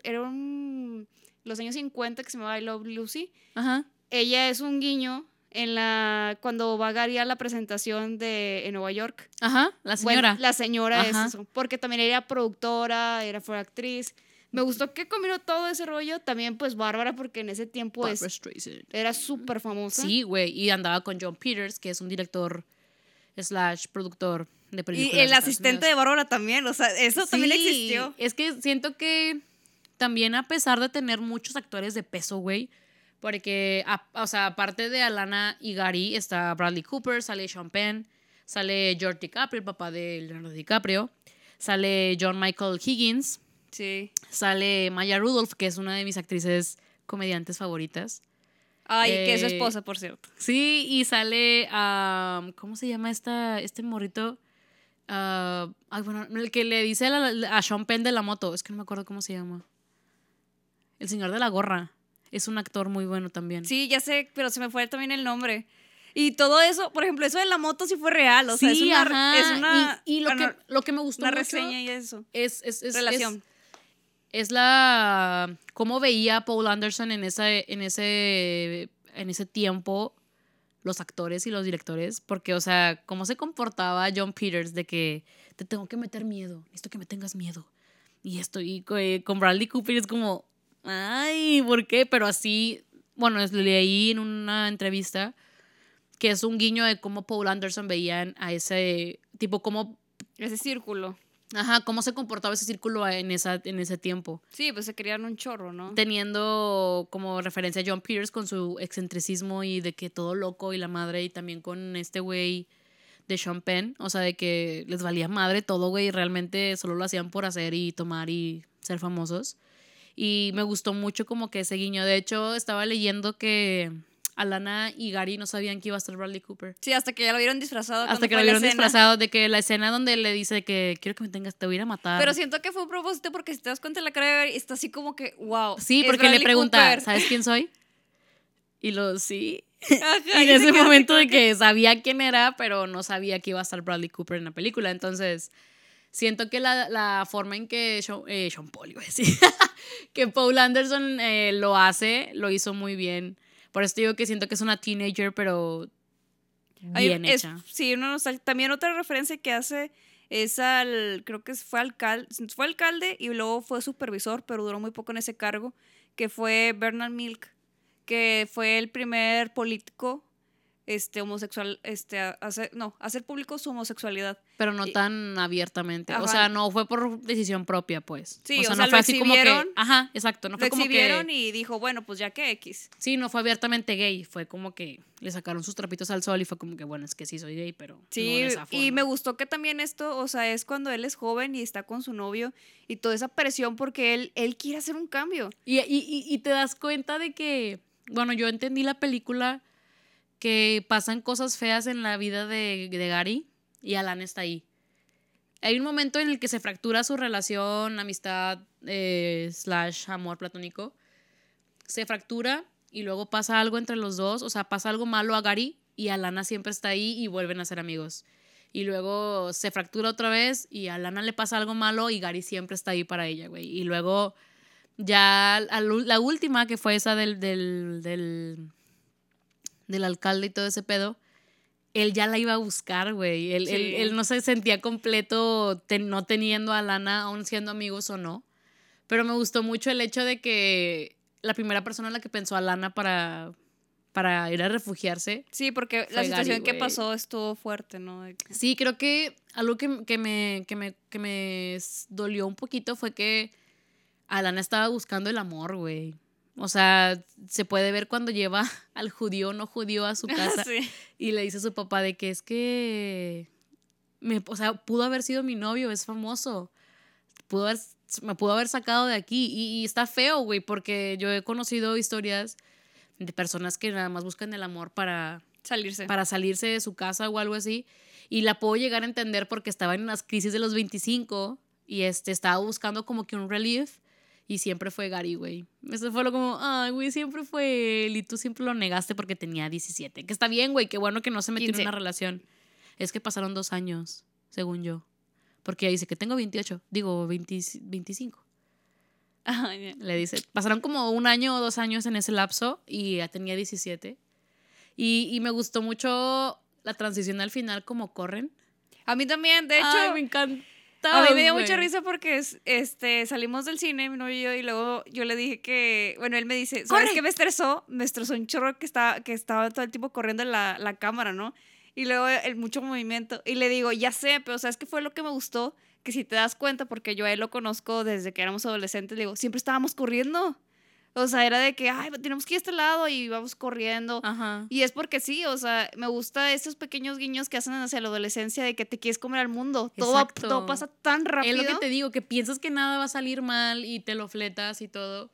en los años 50, que se llama I Love Lucy. Ajá. Ella es un guiño cuando va Gary a la presentación en Nueva York. Ajá, la señora. Bueno, la señora. Ajá. Es eso, porque también era productora, fue actriz. Me gustó que combinó todo ese rollo. También, pues, Bárbara, porque en ese tiempo era súper famosa. Sí, güey, y andaba con John Peters, que es un director / productor de películas. Y el asistente de Bárbara también, o sea, eso también existió. Es que siento que también a pesar de tener muchos actores de peso, güey, porque, o sea, aparte de Alana y Gary, está Bradley Cooper, sale Sean Penn, sale George DiCaprio, el papá de Leonardo DiCaprio, sale John Michael Higgins, sí, sale Maya Rudolph, que es una de mis actrices comediantes favoritas. Ay, que es su esposa, por cierto. Sí, y sale, ¿cómo se llama este morrito? Bueno, el que le dice a Sean Penn de la moto, es que no me acuerdo cómo se llama. El señor de la gorra. Es un actor muy bueno también. Sí, ya sé, pero se me fue también el nombre. Y todo eso, por ejemplo, eso de la moto sí fue real, o sea, sí, es una y lo que me gustó una mucho reseña y eso. Es relación. Es cómo veía Paul Anderson en ese tiempo los actores y los directores, porque, o sea, cómo se comportaba John Peters de que te tengo que meter miedo, necesito que me tengas miedo. Y con Bradley Cooper es como, ay, ¿por qué? Pero así, bueno, leí en una entrevista que es un guiño de cómo Paul Anderson veía a ese tipo, como ese círculo. Ajá, cómo se comportaba ese círculo en ese tiempo. Sí, pues se querían un chorro, ¿no? Teniendo como referencia a John Peters con su excentricismo y de que todo loco y la madre, y también con este güey de Sean Penn. O sea, de que les valía madre todo, güey, y realmente solo lo hacían por hacer y tomar y ser famosos. Y me gustó mucho como que ese guiño. De hecho, estaba leyendo que Alana y Gary no sabían que iba a estar Bradley Cooper. Sí, hasta que ya lo vieron disfrazado. Hasta que lo vieron disfrazado, de que la escena donde le dice que quiero que me tengas, te voy a ir a matar. Pero siento que fue un propósito porque si te das cuenta de la cara de Gary, está así como que, wow. Sí, porque le pregunta, Cooper. ¿Sabes quién soy? Y sí. Ajá, y en ese momento de que sabía quién era, pero no sabía que iba a estar Bradley Cooper en la película. Entonces, siento que la forma en que Sean Paul, iba a decir, que Paul Anderson lo hizo muy bien. Por eso digo que siento que es una teenager, pero bien hecha. Sí, también otra referencia que hace es creo que fue alcalde y luego fue supervisor, pero duró muy poco en ese cargo, que fue Bernard Milk, que fue el primer político homosexual, hacer público su homosexualidad. Pero no tan abiertamente. Ajá. O sea, no fue por decisión propia, pues. Sí, o sea no fue así como que... Ajá, exacto. No fue como que... y dijo, bueno, pues ya que X. Sí, no fue abiertamente gay. Fue como que le sacaron sus trapitos al sol y fue como que, bueno, es que sí soy gay, pero sí, no de esa forma. Y me gustó que también esto, o sea, es cuando él es joven y está con su novio y toda esa presión porque él quiere hacer un cambio. Y te das cuenta de que... Bueno, yo entendí la película... que pasan cosas feas en la vida de Gary y Alan está ahí. Hay un momento en el que se fractura su relación, amistad, / amor platónico. Se fractura y luego pasa algo entre los dos, o sea, pasa algo malo a Gary y Alana siempre está ahí y vuelven a ser amigos. Y luego se fractura otra vez y a Alana le pasa algo malo y Gary siempre está ahí para ella, güey. Y luego ya la última, que fue esa del alcalde y todo ese pedo, él ya la iba a buscar, güey. Él no se sentía completo no teniendo a Lana, aún siendo amigos o no. Pero me gustó mucho el hecho de que la primera persona en la que pensó a Lana para ir a refugiarse. Sí, porque la situación que pasó estuvo fuerte, ¿no? Sí, creo que algo que me dolió un poquito fue que Alana estaba buscando el amor, güey. O sea, se puede ver cuando lleva al judío no judío a su casa sí. Y le dice a su papá de que es que o sea, pudo haber sido mi novio, es famoso, me pudo haber sacado de aquí y está feo, güey, porque yo he conocido historias de personas que nada más buscan el amor para salirse de su casa o algo así, y la puedo llegar a entender porque estaba en las crisis de los 25 y estaba buscando como que un relief. Y siempre fue Gary, güey. Eso fue lo como, ay, güey, siempre fue él. Y tú siempre lo negaste porque tenía 17. Que está bien, güey, qué bueno que no se metió 15. En una relación. Es que pasaron 2 años, según yo. Porque ella dice que tengo 28. Digo, 25. Ay, le dice, pasaron como 1 año o 2 años en ese lapso y ya tenía 17. Y me gustó mucho la transición al final, como corren. A mí también, de hecho. Ay, me encanta. A mí me dio mucha risa porque salimos del cine, mi novio y yo, y luego yo le dije que, bueno, él me dice, ¿sabes qué me estresó? Me estresó un chorro que estaba todo el tiempo corriendo la cámara, ¿no? Y luego mucho movimiento. Y le digo, ya sé, pero ¿sabes qué fue lo que me gustó? Que si te das cuenta, porque yo a él lo conozco desde que éramos adolescentes, le digo, siempre estábamos corriendo. O sea, era de que, ay, tenemos que ir a este lado y vamos corriendo. Ajá. Y es porque sí, o sea, me gusta esos pequeños guiños que hacen hacia la adolescencia de que te quieres comer al mundo. Todo pasa tan rápido. Es lo que te digo, que piensas que nada va a salir mal y te lo fletas y todo.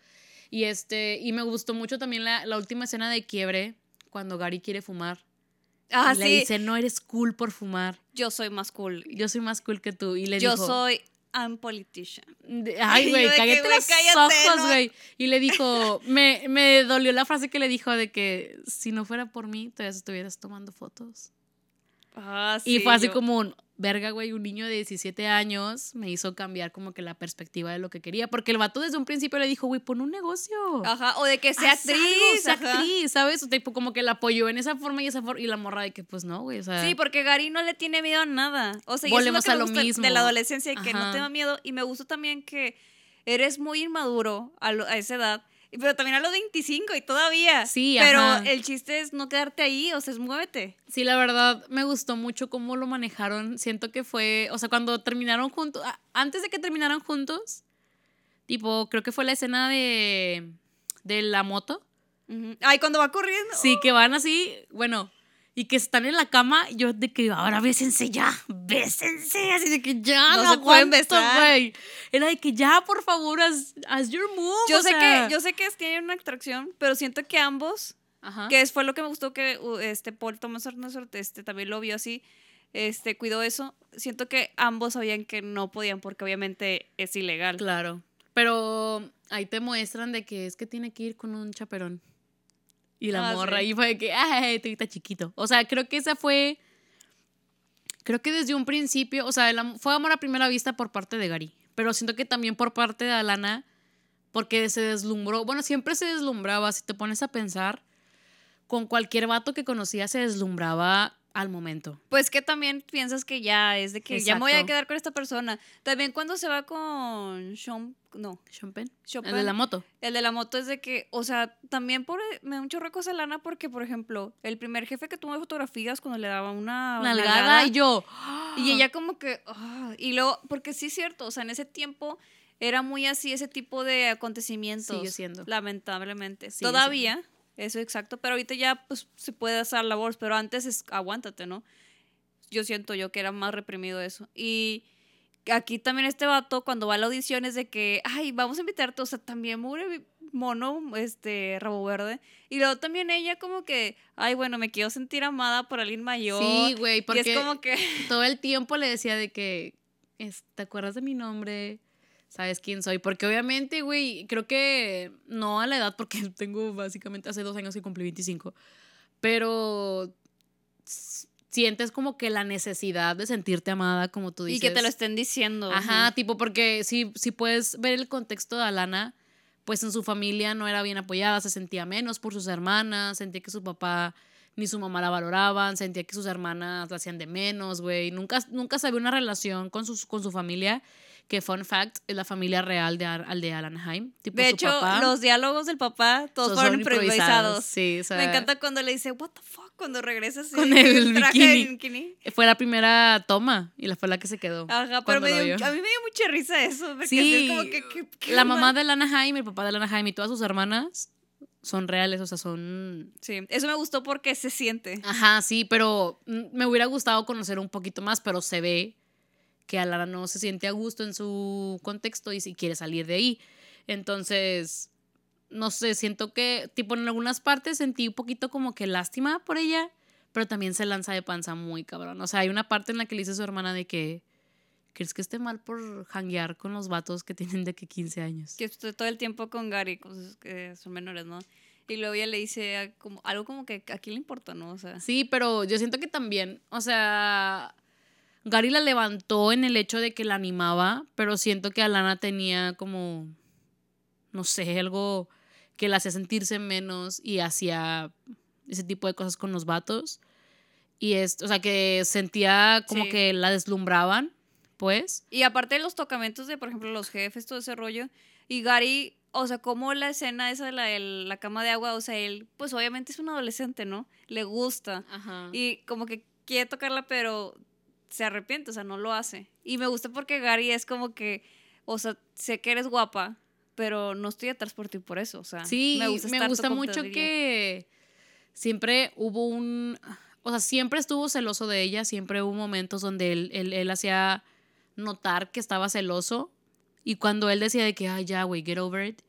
Y me gustó mucho también la última escena de quiebre, cuando Gary quiere fumar. Ah, y le dice, no eres cool por fumar. Yo soy más cool. Yo soy más cool que tú. Y le dijo, yo soy I'm politician. Ay, güey, cállate los ojos, güey. ¿No? Y le dijo, me dolió la frase que le dijo de que si no fuera por mí, todavía estuvieras tomando fotos. Ah, sí. Y fue así como un, verga, güey, un niño de 17 años me hizo cambiar como que la perspectiva de lo que quería. Porque el vato desde un principio le dijo, güey, pon un negocio. Ajá, o de que sea actriz, ¿sabes? O tipo, como que la apoyó en esa forma y la morra de que, pues no, güey, o sea. Sí, porque Gary no le tiene miedo a nada. O sea, volvemos y eso es lo que me gusta de la adolescencia, que no tenga miedo. Y me gustó también que eres muy inmaduro a esa edad. Pero también a los 25 y todavía. Sí, pero ajá. El chiste es no quedarte ahí, o sea, es muévete. Sí, la verdad, me gustó mucho cómo lo manejaron. Siento que fue, o sea, cuando terminaron juntos, antes de que terminaran juntos, tipo, creo que fue la escena de la moto. Uh-huh. Ay, cuando va corriendo. Sí, que van así, bueno, y que están en la cama, yo de que ahora bésense ya, bésense, así de que ya No no se pueden aguanto, besar. güey. Era de que ya, por favor, haz your move. Yo o sé sea. yo sé que tienen una atracción, pero siento que ambos, Ajá. fue lo que me gustó que Paul Thomas Anderson también lo vio así, cuidó eso. Siento que ambos sabían que no podían porque obviamente es ilegal. Claro. Pero ahí te muestran de que es que tiene que ir con un chaperón. Y la morra sí. ahí fue de que, ay, tú estás chiquito. O sea, creo que esa fue. Creo que desde un principio, o sea, fue amor a primera vista por parte de Gary. Pero siento que también por parte de Alana, porque se deslumbró. Bueno, siempre se deslumbraba, si te pones a pensar. Con cualquier vato que conocía se deslumbraba al momento. Pues que también piensas que ya es de que ya me voy a Exacto. quedar con esta persona. También cuando se va con Sean Penn. Chopin, El de la moto. el de la moto es de que, o sea, también me da un chorro de cosa Lana porque, por ejemplo, el primer jefe que tuvo fotografías cuando le daba una Nalgada y yo. y ella como que, y luego, porque sí es cierto, o sea, en ese tiempo era muy así ese tipo de acontecimientos. Sigue siendo. Lamentablemente. Sigue Todavía, siendo. eso exacto, pero ahorita ya pues se puede hacer labores, pero antes aguántate, ¿no? Yo siento yo que era más reprimido eso. Y aquí también este vato, cuando va a la audición, es de que, ay, vamos a invitarte, o sea, también mugre mono, rabo verde. Y luego también ella como que, ay, bueno, me quiero sentir amada por alguien mayor. Sí, güey, porque y es como que todo el tiempo le decía de que, ¿te acuerdas de mi nombre? ¿Sabes quién soy? Porque obviamente, güey, creo que no a la edad, porque tengo básicamente hace 2 años que cumplí 25, pero sientes como que la necesidad de sentirte amada, como tú dices. Y que te lo estén diciendo. Ajá, tipo, porque si puedes ver el contexto de Alana, pues en su familia no era bien apoyada, se sentía menos por sus hermanas, sentía que su papá ni su mamá la valoraban, sentía que sus hermanas la hacían de menos, güey. Nunca se vio una relación con su familia, que fun fact, es la familia real de Alanheim. Tipo, De su hecho, papá, los diálogos del papá todos fueron improvisados. Sí, o sea, me encanta cuando le dice, what the fuck, cuando regresa así, con el traje bikini. de bikini. Fue la primera toma y fue la que se quedó. Ajá, pero cuando lo vio. a mí me dio mucha risa eso. Porque Sí, es como que, ¿qué la onda? mamá de Anaheim, el papá de Anaheim y todas sus hermanas son reales, o sea, son... Sí, eso me gustó porque se siente. Ajá, sí, pero me hubiera gustado conocer un poquito más, pero se ve que Alana no se siente a gusto en su contexto y si quiere salir de ahí. Entonces, no sé, siento que, tipo, en algunas partes sentí un poquito como que lástima por ella, pero también se lanza de panza muy cabrón. O sea, hay una parte en la que le dice a su hermana de que, ¿crees que esté mal por janguear con los vatos que tienen de que 15 años? Que estoy todo el tiempo con Gary, cosas que son menores, ¿no? Y luego ella le dice algo como que a quién le importa, ¿no? O sea, sí, pero yo siento que también, o sea, Gary la levantó en el hecho de que la animaba, pero siento que Alana tenía como, no sé, algo que la hacía sentirse menos y hacía ese tipo de cosas con los vatos. Y o sea, que sentía como sí. que la deslumbraban, pues. Y aparte de los tocamientos de, por ejemplo, los jefes, todo ese rollo. Y Gary, o sea, como la escena esa de la cama de agua, o sea, él, pues obviamente es un adolescente, ¿no? Le gusta. Ajá. Y como que quiere tocarla, pero se arrepiente, o sea, no lo hace. Y me gusta porque Gary es como que, o sea, sé que eres guapa, pero no estoy atrás por ti por eso, o sea. Sí, me estar gusta como mucho te diría. que siempre hubo o sea, siempre estuvo celoso de ella, siempre hubo momentos donde él hacía notar que estaba celoso y cuando él decía de que, ay, ya, güey, get over it,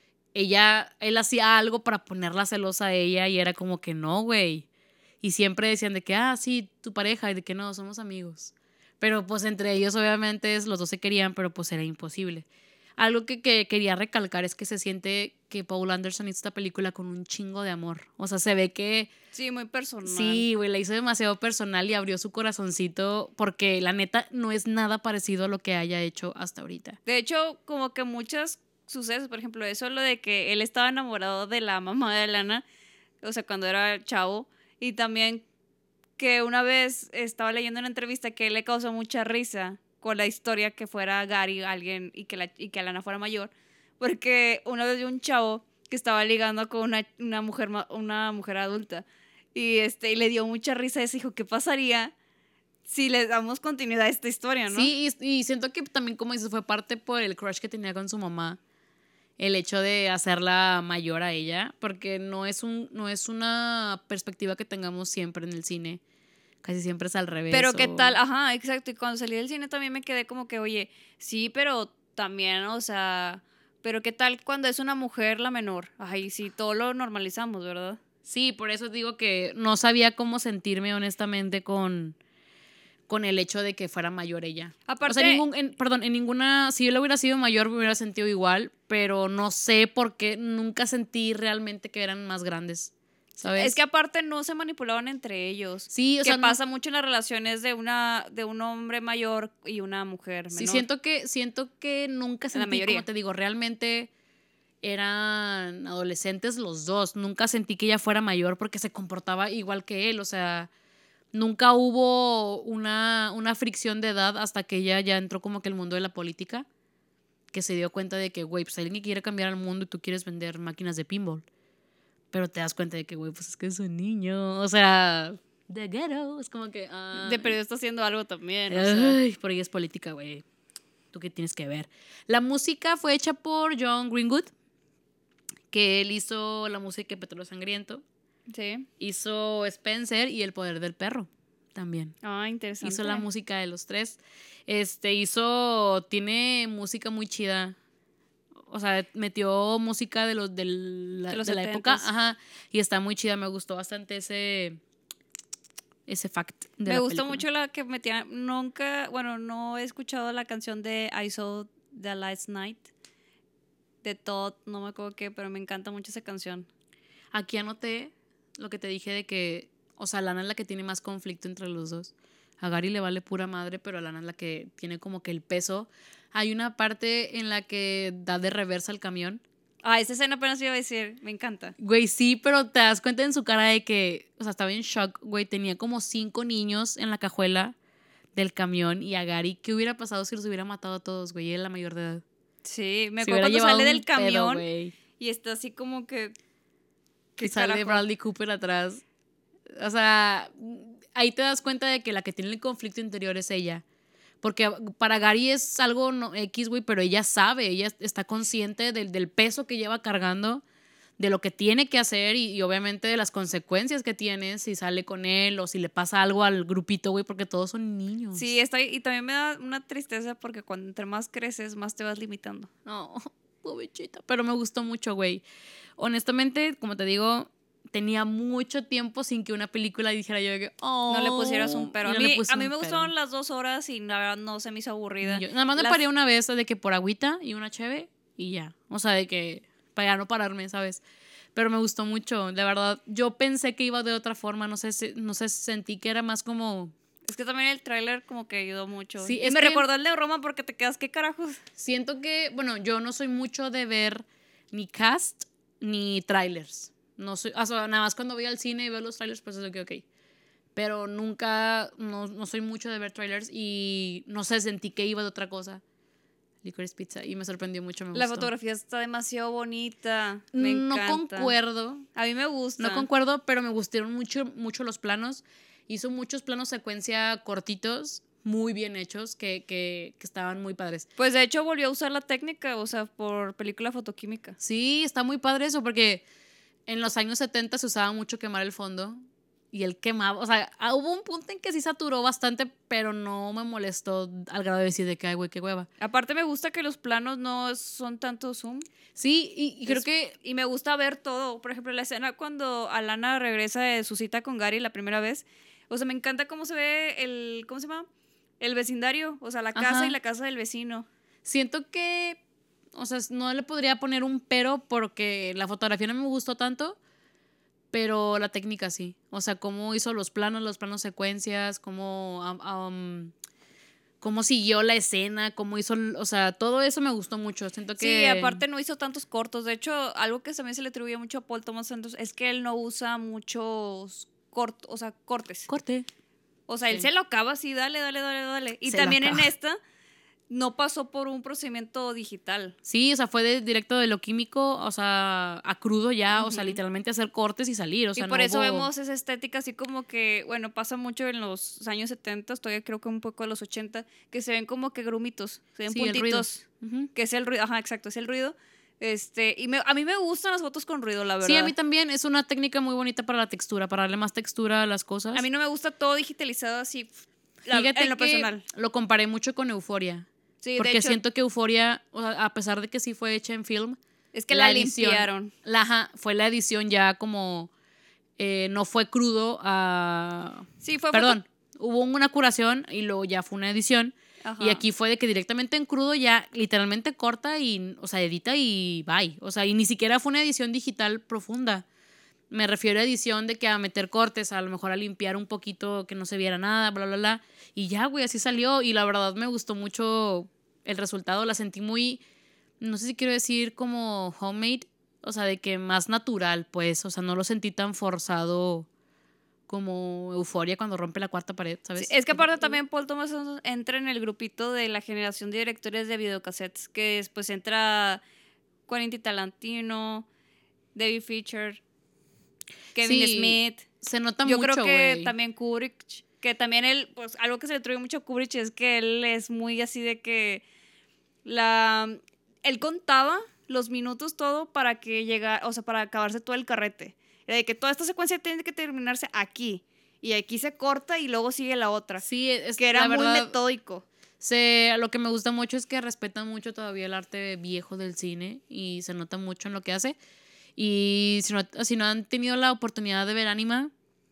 él hacía algo para ponerla celosa a ella y era como que no, güey. Y siempre decían de que, sí, tu pareja, y de que no, somos amigos. Pero pues entre ellos obviamente los dos se querían, pero pues era imposible. Algo que quería recalcar es que se siente que Paul Anderson hizo esta película con un chingo de amor. O sea, se ve que... Sí, muy personal. Sí, güey, la hizo demasiado personal y abrió su corazoncito porque la neta no es nada parecido a lo que haya hecho hasta ahorita. De hecho, como que muchos sucesos, por ejemplo, eso lo de que él estaba enamorado de la mamá de Lana, o sea, cuando era chavo, y también que una vez estaba leyendo una entrevista que le causó mucha risa con la historia que fuera Gary alguien y que Lana fuera mayor, porque una vez vi un chavo que estaba ligando con una mujer adulta y y le dio mucha risa eso, dijo, ¿qué pasaría si le damos continuidad a esta historia, no? Sí, y siento que también, como dices, fue parte por el crush que tenía con su mamá. el hecho de hacerla mayor a ella, porque no es una perspectiva que tengamos siempre en el cine. Casi siempre es al revés. Pero qué tal, ajá, exacto. Y cuando salí del cine también me quedé como que, oye, sí, pero también, o sea, pero qué tal cuando es una mujer la menor. Ay, sí, todo lo normalizamos, ¿verdad? Sí, por eso digo que no sabía cómo sentirme honestamente con el hecho de que fuera mayor ella. Aparte, o sea, en ninguna, si yo le hubiera sido mayor me hubiera sentido igual, pero no sé por qué nunca sentí realmente que eran más grandes, ¿sabes? es que aparte no se manipulaban entre ellos. Sí, o que sea, pasa mucho en las relaciones de un hombre mayor y una mujer menor. sí, siento que nunca En la sentí, mayoría. como te digo, realmente eran adolescentes los dos. Nunca sentí que ella fuera mayor porque se comportaba igual que él, o sea, nunca hubo una fricción de edad hasta que ella ya entró como que el mundo de la política, que se dio cuenta de que, güey, pues hay alguien que quiere cambiar el mundo y tú quieres vender máquinas de pinball. Pero te das cuenta de que, güey, pues es que es un niño. O sea, the ghetto. Es como que... De periodo está haciendo algo también, o sea. Ay, por ahí es política, güey. ¿Tú qué tienes que ver? La música fue hecha por John Greenwood, que él hizo la música de Petróleo Sangriento. Sí. Hizo Spencer y El Poder del Perro también. Ah, interesante. Hizo la música de los tres. Tiene música muy chida. O sea, metió música de la época. Ajá. Y está muy chida. Me gustó bastante ese fact de Me la gustó película. mucho la que metía. Nunca, bueno, no he escuchado la canción de I Saw the Last Night de Todd, no me acuerdo qué, pero me encanta mucho esa canción. Aquí anoté lo que te dije de que, o sea, Lana es la que tiene más conflicto entre los dos. A Gary le vale pura madre, pero a Lana es la que tiene como que el peso. Hay una parte en la que da de reversa el camión. Ah, esa escena apenas iba a decir, me encanta. Güey, sí, pero te das cuenta en su cara de que, o sea, estaba en shock, güey. Tenía como 5 niños en la cajuela del camión y a Gary, ¿qué hubiera pasado si los hubiera matado a todos, güey? Él era mayor de edad. Sí, me Se acuerdo hubiera cuando sale llevado del un pedo, camión güey. y está así como que... Y sale Bradley Cooper atrás. O sea, ahí te das cuenta de que la que tiene el conflicto interior es ella. Porque para Gary es algo X, güey, pero ella sabe, ella está consciente del peso que lleva cargando, de lo que tiene que hacer y obviamente de las consecuencias que tiene si sale con él o si le pasa algo al grupito, güey, porque todos son niños. Sí, y también me da una tristeza porque cuando entre más creces, más te vas limitando. No, pobrecita. Pero me gustó mucho, güey. Honestamente, como te digo, tenía mucho tiempo sin que una película dijera yo que, oh, no le pusieras un pero. No A mí me gustaron las 2 horas y la verdad no se me hizo aburrida. Nada más me paré una vez de que por agüita y una cheve y ya. O sea, de que para ya no pararme, ¿sabes? Pero me gustó mucho, de verdad. Yo pensé que iba de otra forma, no sé, sentí que era más como... Es que también el tráiler como que ayudó mucho. Sí, y me recordó el de Roma porque te quedas, ¿qué carajos? Siento que, bueno, yo no soy mucho de ver ni cast ni trailers. No soy, o sea, nada más cuando voy al cine y veo los trailers, pues es ok. Pero nunca, no soy mucho de ver trailers y no sé, sentí que iba de otra cosa. Licorice Pizza y me sorprendió mucho, me gustó. La fotografía está demasiado bonita, me encanta. No concuerdo. A mí me gusta. No concuerdo, pero me gustaron mucho los planos. Hizo muchos planos secuencia cortitos, muy bien hechos, que estaban muy padres. Pues de hecho volvió a usar la técnica, o sea, por película fotoquímica. Sí, está muy padre eso, porque en los años 70 se usaba mucho quemar el fondo y él quemaba, o sea, hubo un punto en que sí saturó bastante, pero no me molestó al grado de decir de que, ay, güey, qué hueva. Aparte me gusta que los planos no son tanto zoom. Sí, y creo que... Y me gusta ver todo. Por ejemplo, la escena cuando Alana regresa de su cita con Gary la primera vez. O sea, me encanta cómo se ve ¿cómo se llama? El vecindario, o sea, la casa. Ajá. Y la casa del vecino. Siento que, o sea, no le podría poner un pero porque la fotografía no me gustó tanto, pero la técnica sí. O sea, cómo hizo los planos secuencias, cómo siguió la escena, cómo hizo, o sea, todo eso me gustó mucho. Siento que... Sí, aparte no hizo tantos cortos. De hecho, algo que también se le atribuye mucho a Paul Thomas Anderson es que él no usa muchos cortes. Corte. O sea, él se lo acaba así, dale. Y también en esta no pasó por un procedimiento digital. Sí, o sea, fue directo de lo químico, o sea, a crudo ya, o sea, literalmente hacer cortes y salir, o sea, y por eso vemos esa estética así como que, bueno, pasa mucho en los años 70, todavía creo que un poco en los 80, que se ven como que grumitos, se ven puntitos, que es el ruido, ajá, exacto, es el ruido, A mí me gustan las fotos con ruido, la verdad. Sí, a mí también. Es una técnica muy bonita para la textura, para darle más textura a las cosas. A mí no me gusta todo digitalizado así, Fíjate en lo que personal. lo comparé mucho con Euphoria. Sí, Porque de hecho, siento que Euphoria, o sea, a pesar de que sí fue hecha en film, es que la edición, limpiaron. fue la edición ya como no fue crudo a... Sí, fue Perdón, hubo una curación y luego ya fue una edición. Ajá. Y aquí fue de que directamente en crudo ya literalmente corta y, o sea, edita y bye. O sea, y ni siquiera fue una edición digital profunda. Me refiero a edición de que a meter cortes, a lo mejor a limpiar un poquito que no se viera nada, bla, bla, bla. Y ya, güey, así salió. Y la verdad me gustó mucho el resultado. La sentí muy, no sé si quiero decir como homemade. O sea, de que más natural, pues. O sea, no lo sentí tan forzado como Euphoria cuando rompe la cuarta pared, ¿sabes? Sí, es que aparte también Paul Thomas Anderson entra en el grupito de la generación de directores de videocassettes, que después entra Quentin Tarantino, David Fincher, Kevin Sí, Smith. se nota Yo mucho, creo que güey. también Kubrick, que también él, pues algo que se le atribuye mucho a Kubrick es que él es muy así de que él contaba los minutos todo para que llegara, o sea, para acabarse todo el carrete. Era de que toda esta secuencia tiene que terminarse aquí. Y aquí se corta y luego sigue la otra. Sí, es que era la muy verdad, metódico. Lo que me gusta mucho es que respetan mucho todavía el arte viejo del cine y se nota mucho en lo que hace. Y si no han tenido la oportunidad de ver Anima,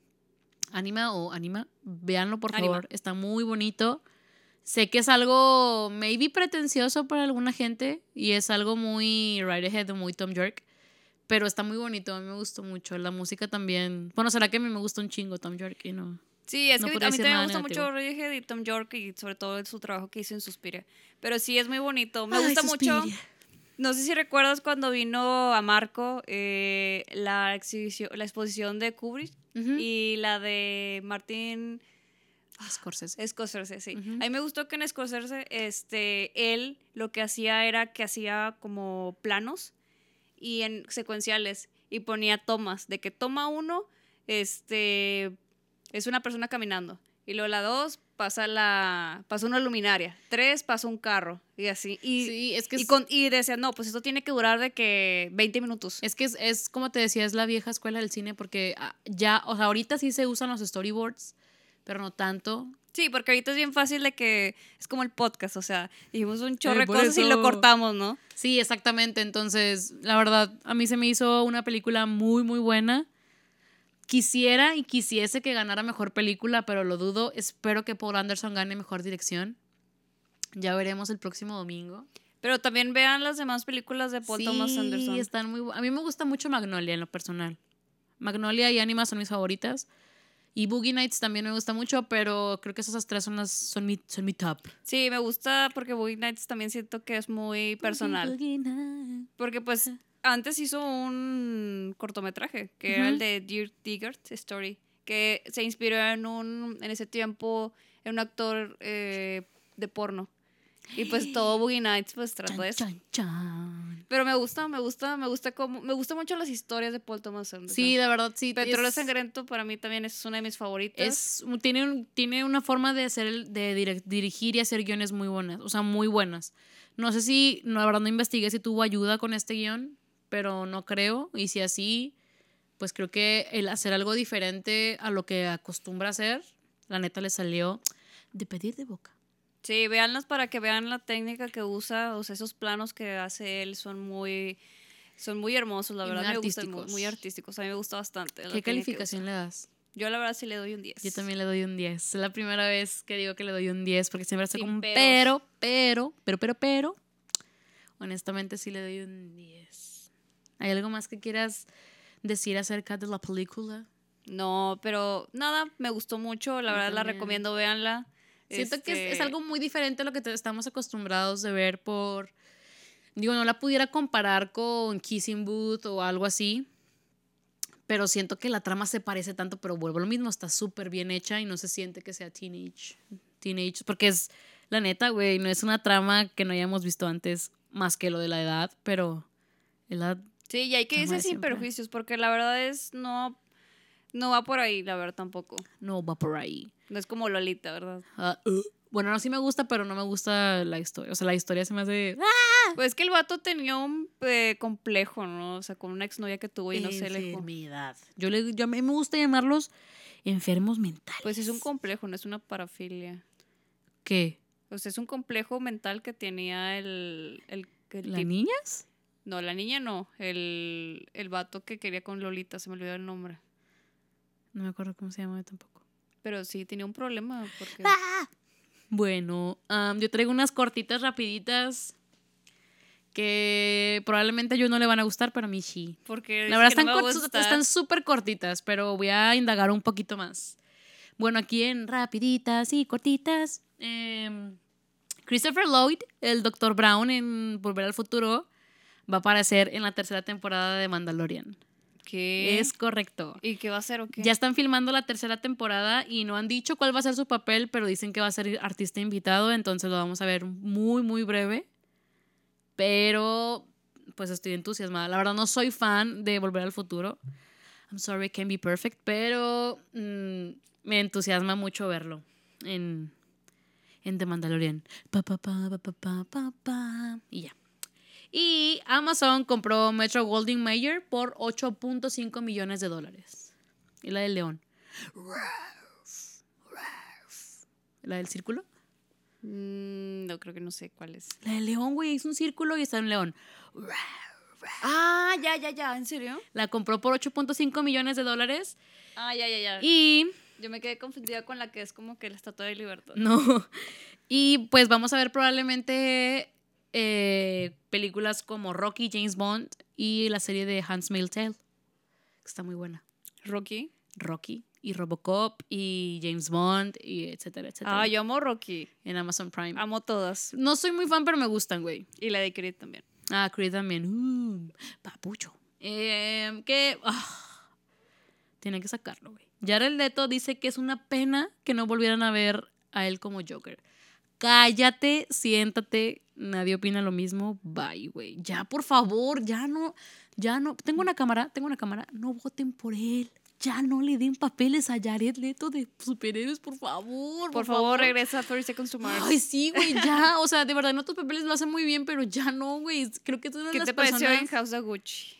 véanlo por Anima. favor, está muy bonito. Sé que es algo maybe pretencioso para alguna gente y es algo muy right ahead, muy Tom York, pero está muy bonito, a mí me gustó mucho. La música también, bueno, será que a mí me gusta un chingo Tom York y no. Sí, es No que podría a mí decir también me nada gusta negativo. mucho Radiohead y Tom York y sobre todo su trabajo que hizo en Suspiria. Pero sí, es muy bonito. Me Ay, gusta mucho. Suspiria. No sé si recuerdas cuando vino a Marco la exposición de Kubrick Ujú. y la de Martin Scorsese. sí. Ujú. A mí me gustó que en Scorsese, él lo que hacía era que hacía como planos y en secuenciales y ponía tomas, de que toma uno, es una persona caminando y luego la dos pasa una luminaria, 3 pasa un carro y así Sí, es que y decía, no, pues esto tiene que durar de que 20 minutos. es que es como te decía, es la vieja escuela del cine porque ya, o sea, ahorita sí se usan los storyboards, pero no tanto. Sí, porque ahorita es bien fácil de que es como el podcast, o sea, dijimos un chorro de Por cosas y eso. lo cortamos, ¿no? Sí, exactamente. Entonces, la verdad, a mí se me hizo una película muy, muy buena. Quisiera y quisiese que ganara mejor película, pero lo dudo. Espero que Paul Anderson gane mejor dirección. Ya veremos el próximo domingo. Pero también vean las demás películas de Paul Thomas Anderson. Sí, están a mí me gusta mucho Magnolia en lo personal. Magnolia y Anima son mis favoritas. Y Boogie Nights también me gusta mucho, pero creo que esas tres son mi top. Sí, me gusta porque Boogie Nights también siento que es muy personal. Boogie Nights. Porque pues antes hizo un cortometraje que era el de Dear Digger Story, que se inspiró en ese tiempo en un actor de porno. Y pues todo Boogie Nights pues trata de eso. Chan, chan. Pero me gusta mucho las historias de Paul Thomas Anderson. Sí, la verdad, sí. Petróleo Sangriento para mí también es una de mis favoritas. Tiene una forma de hacer, dirigir y hacer guiones muy buenas. O sea, muy buenas. No sé si, la verdad no investigué si tuvo ayuda con este guión, pero no creo. Y si así, pues creo que el hacer algo diferente a lo que acostumbra hacer, la neta le salió de pedir de boca. Sí, véanlas para que vean la técnica que usa, o sea, esos planos que hace él son muy hermosos, la Y verdad muy me gustan artísticos. muy artísticos, a mí me gusta bastante. ¿Qué calificación le das? Yo la verdad sí le doy un 10. Yo también le doy un 10. Es la primera vez que digo que le doy un 10 porque siempre está Sin como un peros. pero. Honestamente sí le doy un 10. ¿Hay algo más que quieras decir acerca de la película? No, pero nada, me gustó mucho, la Yo verdad la también. recomiendo, véanla. Siento que es algo muy diferente a lo que estamos acostumbrados de ver Digo, no la pudiera comparar con Kissing Booth o algo así, pero siento que la trama se parece tanto, pero vuelvo a lo mismo, está súper bien hecha y no se siente que sea teenage, porque es, la neta, güey, no es una trama que no hayamos visto antes, más que lo de la edad, pero sí, y hay que trama irse de sin siempre. perjuicios, porque la verdad no va por ahí, la verdad tampoco. No va por ahí. No es como Lolita, ¿verdad? Bueno, no, sí me gusta, pero no me gusta la historia. O sea, la historia se me hace... Pues es que el vato tenía un complejo, ¿no? O sea, con una exnovia que tuvo y no sé, le dijo. Enfermedad. A mí me gusta llamarlos enfermos mentales. Pues es un complejo, no es una parafilia. ¿Qué? O sea, es un complejo mental que tenía ¿Las niñas? No, la niña no. El vato que quería con Lolita, se me olvidó el nombre. No me acuerdo cómo se llama tampoco. Pero sí, tenía un problema porque... Bueno, yo traigo unas cortitas rapiditas que probablemente a ellos no le van a gustar, pero a mí sí. Porque la verdad no están súper cortitas, pero voy a indagar un poquito más. Bueno, aquí en rapiditas y cortitas, Christopher Lloyd, el Dr. Brown en Volver al Futuro, va a aparecer en la 3ª temporada de Mandalorian. ¿Qué? Es correcto. ¿Y qué va a hacer o qué? Ya están filmando la 3ª temporada y no han dicho cuál va a ser su papel, pero dicen que va a ser artista invitado, entonces lo vamos a ver muy, muy breve. Pero, pues estoy entusiasmada. La verdad no soy fan de Volver al Futuro. I'm sorry, it can't be perfect, pero me entusiasma mucho verlo en The Mandalorian. Y ya. Y Amazon compró Metro Goldwyn Mayer por $8.5 millones. Y la del león. ¿La del círculo? No, creo que no sé cuál es. La del león, güey. Es un círculo y está un león. Ah, ya. ¿En serio? La compró por $8.5 millones. Ah, ya. Y... Yo me quedé confundida con la que es como que la Estatua de Libertad. No. Y pues vamos a ver probablemente películas como Rocky, James Bond y la serie de Handmaid's Tale, que está muy buena. Rocky y Robocop y James Bond y etcétera, etcétera. Ah, yo amo Rocky. En Amazon Prime. Amo todas. No soy muy fan, pero me gustan, güey. Y la de Creed también. Ah, Creed también. Papucho. Tiene que sacarlo, güey. Jared Leto dice que es una pena que no volvieran a ver a él como Joker. Cállate, siéntate, nadie opina lo mismo. Bye, güey. Ya, por favor, ya no. Tengo una cámara, no voten por él. Ya no le den papeles a Jared Leto de superhéroes, por favor. Por favor, regresa a 30 Seconds to Mars. Ay, sí, güey, ya. O sea, de verdad, en otros papeles lo hacen muy bien, pero ya no, güey. Creo que es una de las personas... ¿Qué te pareció en House of Gucci?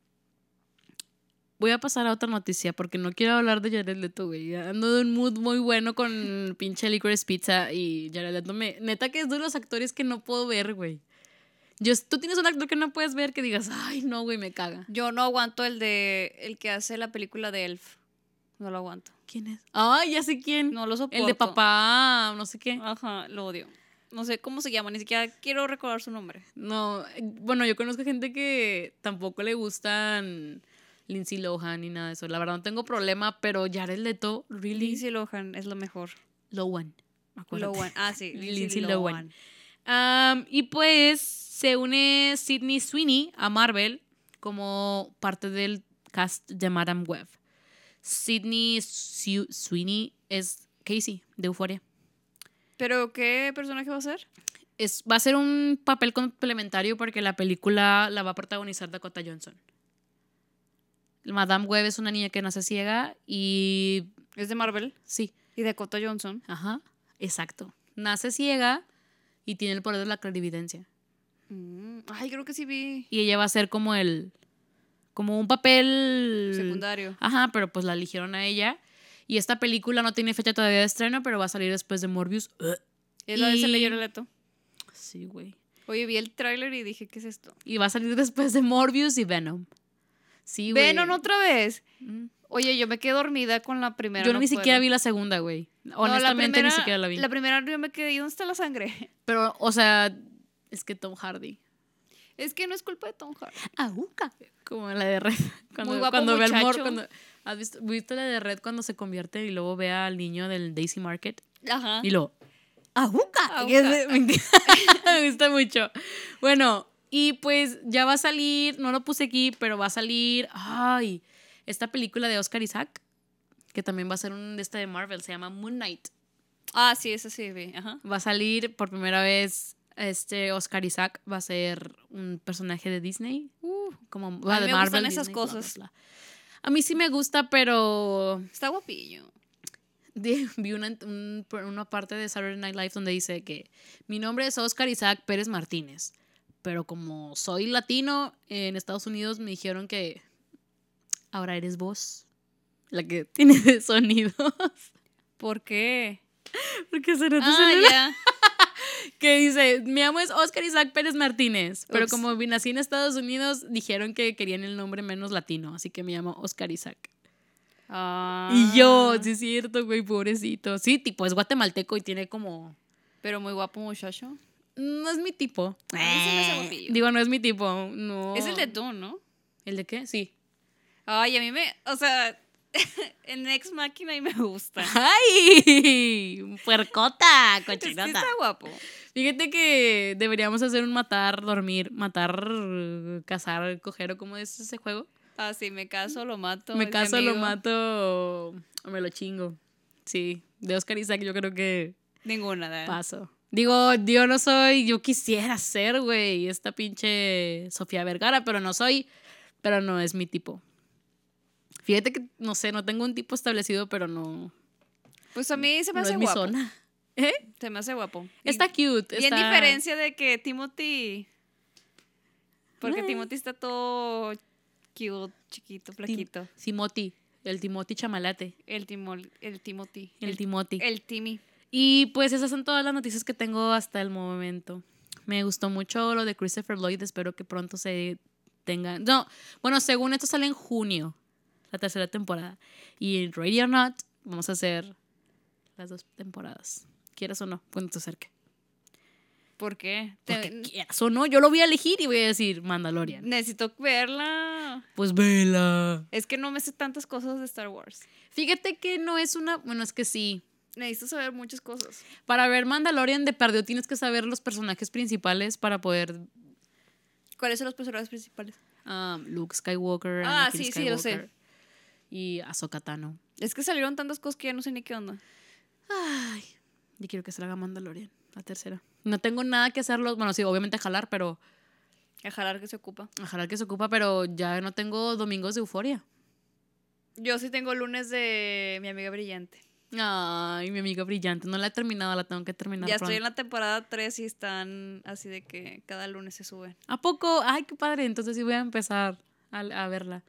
Voy a pasar a otra noticia porque no quiero hablar de Jared Leto, güey. Ando de un mood muy bueno con pinche Licorice Pizza y Jared Leto neta que es de los actores que no puedo ver, güey. Tú tienes un actor que no puedes ver que digas, ay, no, güey, me caga. Yo no aguanto el que hace la película de Elf. No lo aguanto. ¿Quién es? Ay, ya sé quién. No lo soporto. El de papá, no sé qué. Ajá, lo odio. No sé cómo se llama, ni siquiera quiero recordar su nombre. No, bueno, yo conozco gente que tampoco le gustan Lindsay Lohan ni nada de eso. La verdad no tengo problema, pero Jared Leto, really. Lindsay Lohan es lo mejor. Lohan, acuérdate. Lohan, ah, sí. Lindsay Lohan. Y pues se une Sydney Sweeney a Marvel como parte del cast de Madame Web. Sydney Sweeney es Casey de Euphoria. ¿Pero qué personaje va a ser? Va a ser un papel complementario porque la película la va a protagonizar Dakota Johnson. Madame Web es una niña que nace ciega y... ¿Es de Marvel? Sí. ¿Y Dakota Johnson? Ajá, exacto. Nace ciega y tiene el poder de la clarividencia. Ay, creo que sí vi. Y ella va a ser como un papel... secundario. Ajá, pero pues la eligieron a ella. Y esta película no tiene fecha todavía de estreno, pero va a salir después de Morbius. ¿Es la de Jared Leto? Sí, güey. Oye, vi el tráiler y dije, ¿qué es esto? Y va a salir después de Morbius y Venom. Sí, güey. ¿Venom otra vez? Oye, yo me quedé dormida con la primera. Yo ni siquiera vi la segunda, güey. Honestamente, ni siquiera la vi. La primera yo me quedé, ¿y dónde está la sangre? Pero, o sea, es que Tom Hardy. Es que no es culpa de Tom Hardy. Aguca. Como la de Red. Muy guapo cuando muchacho. ve al morro. ¿Has visto la de Red cuando se convierte y luego ve al niño del Daisy Market? Ajá. Y luego, ¡aguca! Me gusta mucho. Bueno, y pues ya va a salir, no lo puse aquí, pero va a salir, esta película de Oscar Isaac, que también va a ser de esta de Marvel, se llama Moon Knight. Ah, sí, esa sí, vi. Ajá. Va a salir por primera vez Oscar Isaac, va a ser un personaje de Disney, como a mí de me Marvel. gustan esas Disney, cosas. bla, bla, bla. A mí sí me gusta, pero... Está guapillo. vi una parte de Saturday Night Live donde dice que mi nombre es Oscar Isaac Pérez Martínez, pero como soy latino, en Estados Unidos me dijeron que ahora eres vos la que tiene de sonidos. ¿Por qué? Porque se nota Ya. que dice, mi amo es Oscar Isaac Pérez Martínez, pero Ups. como nací en Estados Unidos, dijeron que querían el nombre menos latino, así que me llamo Oscar Isaac. Y yo, sí es cierto, güey, pobrecito. Sí, tipo, es guatemalteco y tiene como... Pero muy guapo muchacho. No es mi tipo. A mí se me hace guapillo. Digo, no es mi tipo, no. Es el de tú, ¿no? ¿El de qué? Sí. Ay, a mí o sea, en Ex Machina y me gusta. ¡Ay! Puercota, Es que cochinota. está guapo. Fíjate que deberíamos hacer un matar, dormir, matar, cazar, coger, ¿o cómo es ese juego? Ah, sí, me caso, lo mato. Me es mi caso, lo amigo. mato o me lo chingo. Sí, de Oscar Isaac yo creo que Ninguna, ¿verdad? paso. Digo, yo no soy, yo quisiera ser, güey, esta pinche Sofía Vergara, pero no soy, pero no es mi tipo. Fíjate que, no sé, no tengo un tipo establecido, pero no, Pues a mí se me no hace es mi guapo. zona. Se me hace guapo. Está cute. Y en está... diferencia de que Timothy. Porque Timothy está todo cute, chiquito, flaquito. Timothy, el Timothy chamalate. El Timothy. El Timothy. El Timmy. Y pues esas son todas las noticias que tengo hasta el momento. Me gustó mucho lo de Christopher Lloyd, espero que pronto se tenga... No, bueno, según esto sale en junio, la tercera temporada. Y en Ready or Not vamos a hacer las 2 temporadas. Quieras o no, cuando te acerque. ¿Por qué? Porque quieras o no, yo lo voy a elegir y voy a decir Mandalorian. Necesito verla. Pues vela. Es que no me sé tantas cosas de Star Wars. Fíjate que no es una... Bueno, es que sí. Necesito saber muchas cosas. Para ver Mandalorian de perdió tienes que saber los personajes principales para poder... ¿Cuáles son los personajes principales? Luke Skywalker, Ah, Anakin sí, sí, lo sé. Skywalker y Ahsoka Tano. Es que salieron tantas cosas que ya no sé ni qué onda. Ay, yo quiero que se la haga Mandalorian, la tercera. No tengo nada que hacerlo, bueno, sí, obviamente jalar, pero A jalar que se ocupa. a jalar que se ocupa, pero ya no tengo domingos de euforia. Yo sí tengo lunes de mi amiga brillante. Ay, mi amiga brillante, no la he terminado, la tengo que terminar Ya pronto. estoy en la temporada 3 y están así de que cada lunes se suben. ¿A poco? Ay, qué padre, entonces sí voy a empezar a verla.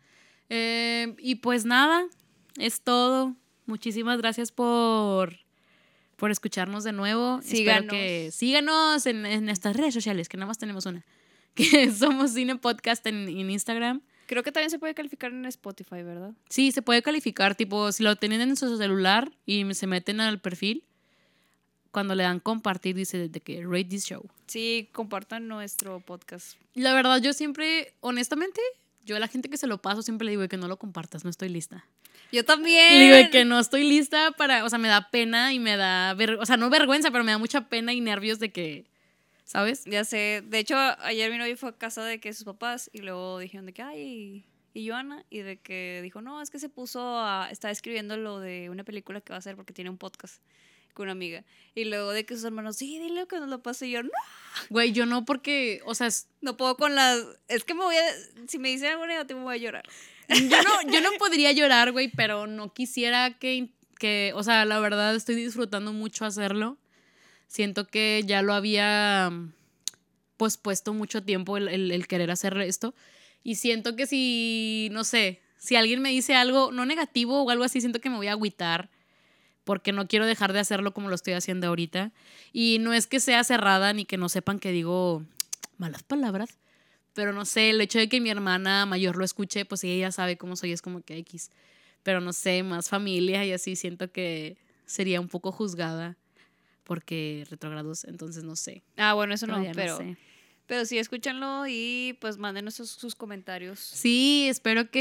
Y pues nada, es todo. Muchísimas gracias por escucharnos de nuevo. Síganos. Espero que síganos en nuestras redes sociales, que nada más tenemos una. Que somos Cine Podcast en Instagram. Creo que también se puede calificar en Spotify, ¿verdad? Sí, se puede calificar, tipo, si lo tienen en su celular y se meten al perfil, cuando le dan compartir, dice de que rate this show. Sí, compartan nuestro podcast. La verdad, yo siempre, honestamente, yo a la gente que se lo paso siempre le digo que no lo compartas, no estoy lista. Yo también. Le digo que no estoy lista para, o sea, me da pena y me da, o sea, no vergüenza, pero me da mucha pena y nervios de que, ¿sabes? Ya sé. De hecho, ayer mi novio fue a casa de que sus papás y luego dijeron de que, ay, y Joana, y de que dijo, no, es que se puso estaba escribiendo lo de una película que va a hacer porque tiene un podcast con una amiga. Y luego de que sus hermanos, sí, dile que nos lo pase. Y yo, no, Güey, yo no porque, o sea, no puedo con las... Es que me voy a... Si me dicen algo negativo, me voy a llorar. yo no podría llorar, güey, pero no quisiera que, o sea, la verdad estoy disfrutando mucho hacerlo. Siento que ya lo había pospuesto mucho tiempo el querer hacer esto. Y siento que si, no sé, si alguien me dice algo, no negativo o algo así, siento que me voy a agüitar. Porque no quiero dejar de hacerlo como lo estoy haciendo ahorita. Y no es que sea cerrada ni que no sepan que digo malas palabras. Pero no sé, el hecho de que mi hermana mayor lo escuche, pues ella ya sabe cómo soy, es como que X. Pero no sé, más familia y así siento que sería un poco juzgada porque retrogrados, entonces no sé. Ah, bueno, eso no, Todavía pero... sé. Pero sí, escúchanlo y pues mándenos sus comentarios. Sí, espero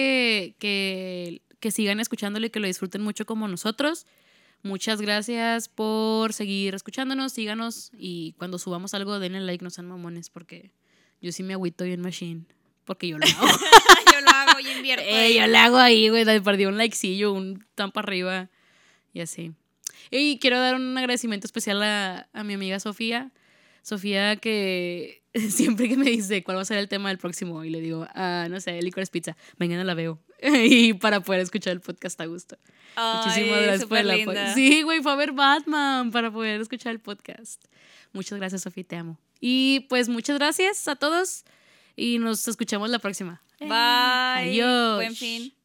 que sigan escuchándolo y que lo disfruten mucho como nosotros. Muchas gracias por seguir escuchándonos, síganos y cuando subamos algo denle like, no sean mamones porque yo sí me agüito bien machine porque yo lo hago. Yo lo hago y invierto. Yo le hago ahí, güey, le perdí un likecillo, un tan para arriba y así. Y quiero dar un agradecimiento especial a mi amiga Sofía. Sofía que siempre que me dice cuál va a ser el tema del próximo y le digo, no sé, Licorice Pizza, mañana la veo. y para poder escuchar el podcast a gusto. Ay, Muchísimas gracias por el apoyo. superlinda. Sí, güey, fue a ver Batman para poder escuchar el podcast. Muchas gracias, Sofía, te amo. Y pues muchas gracias a todos y nos escuchamos la próxima. Bye. Adiós. Buen fin.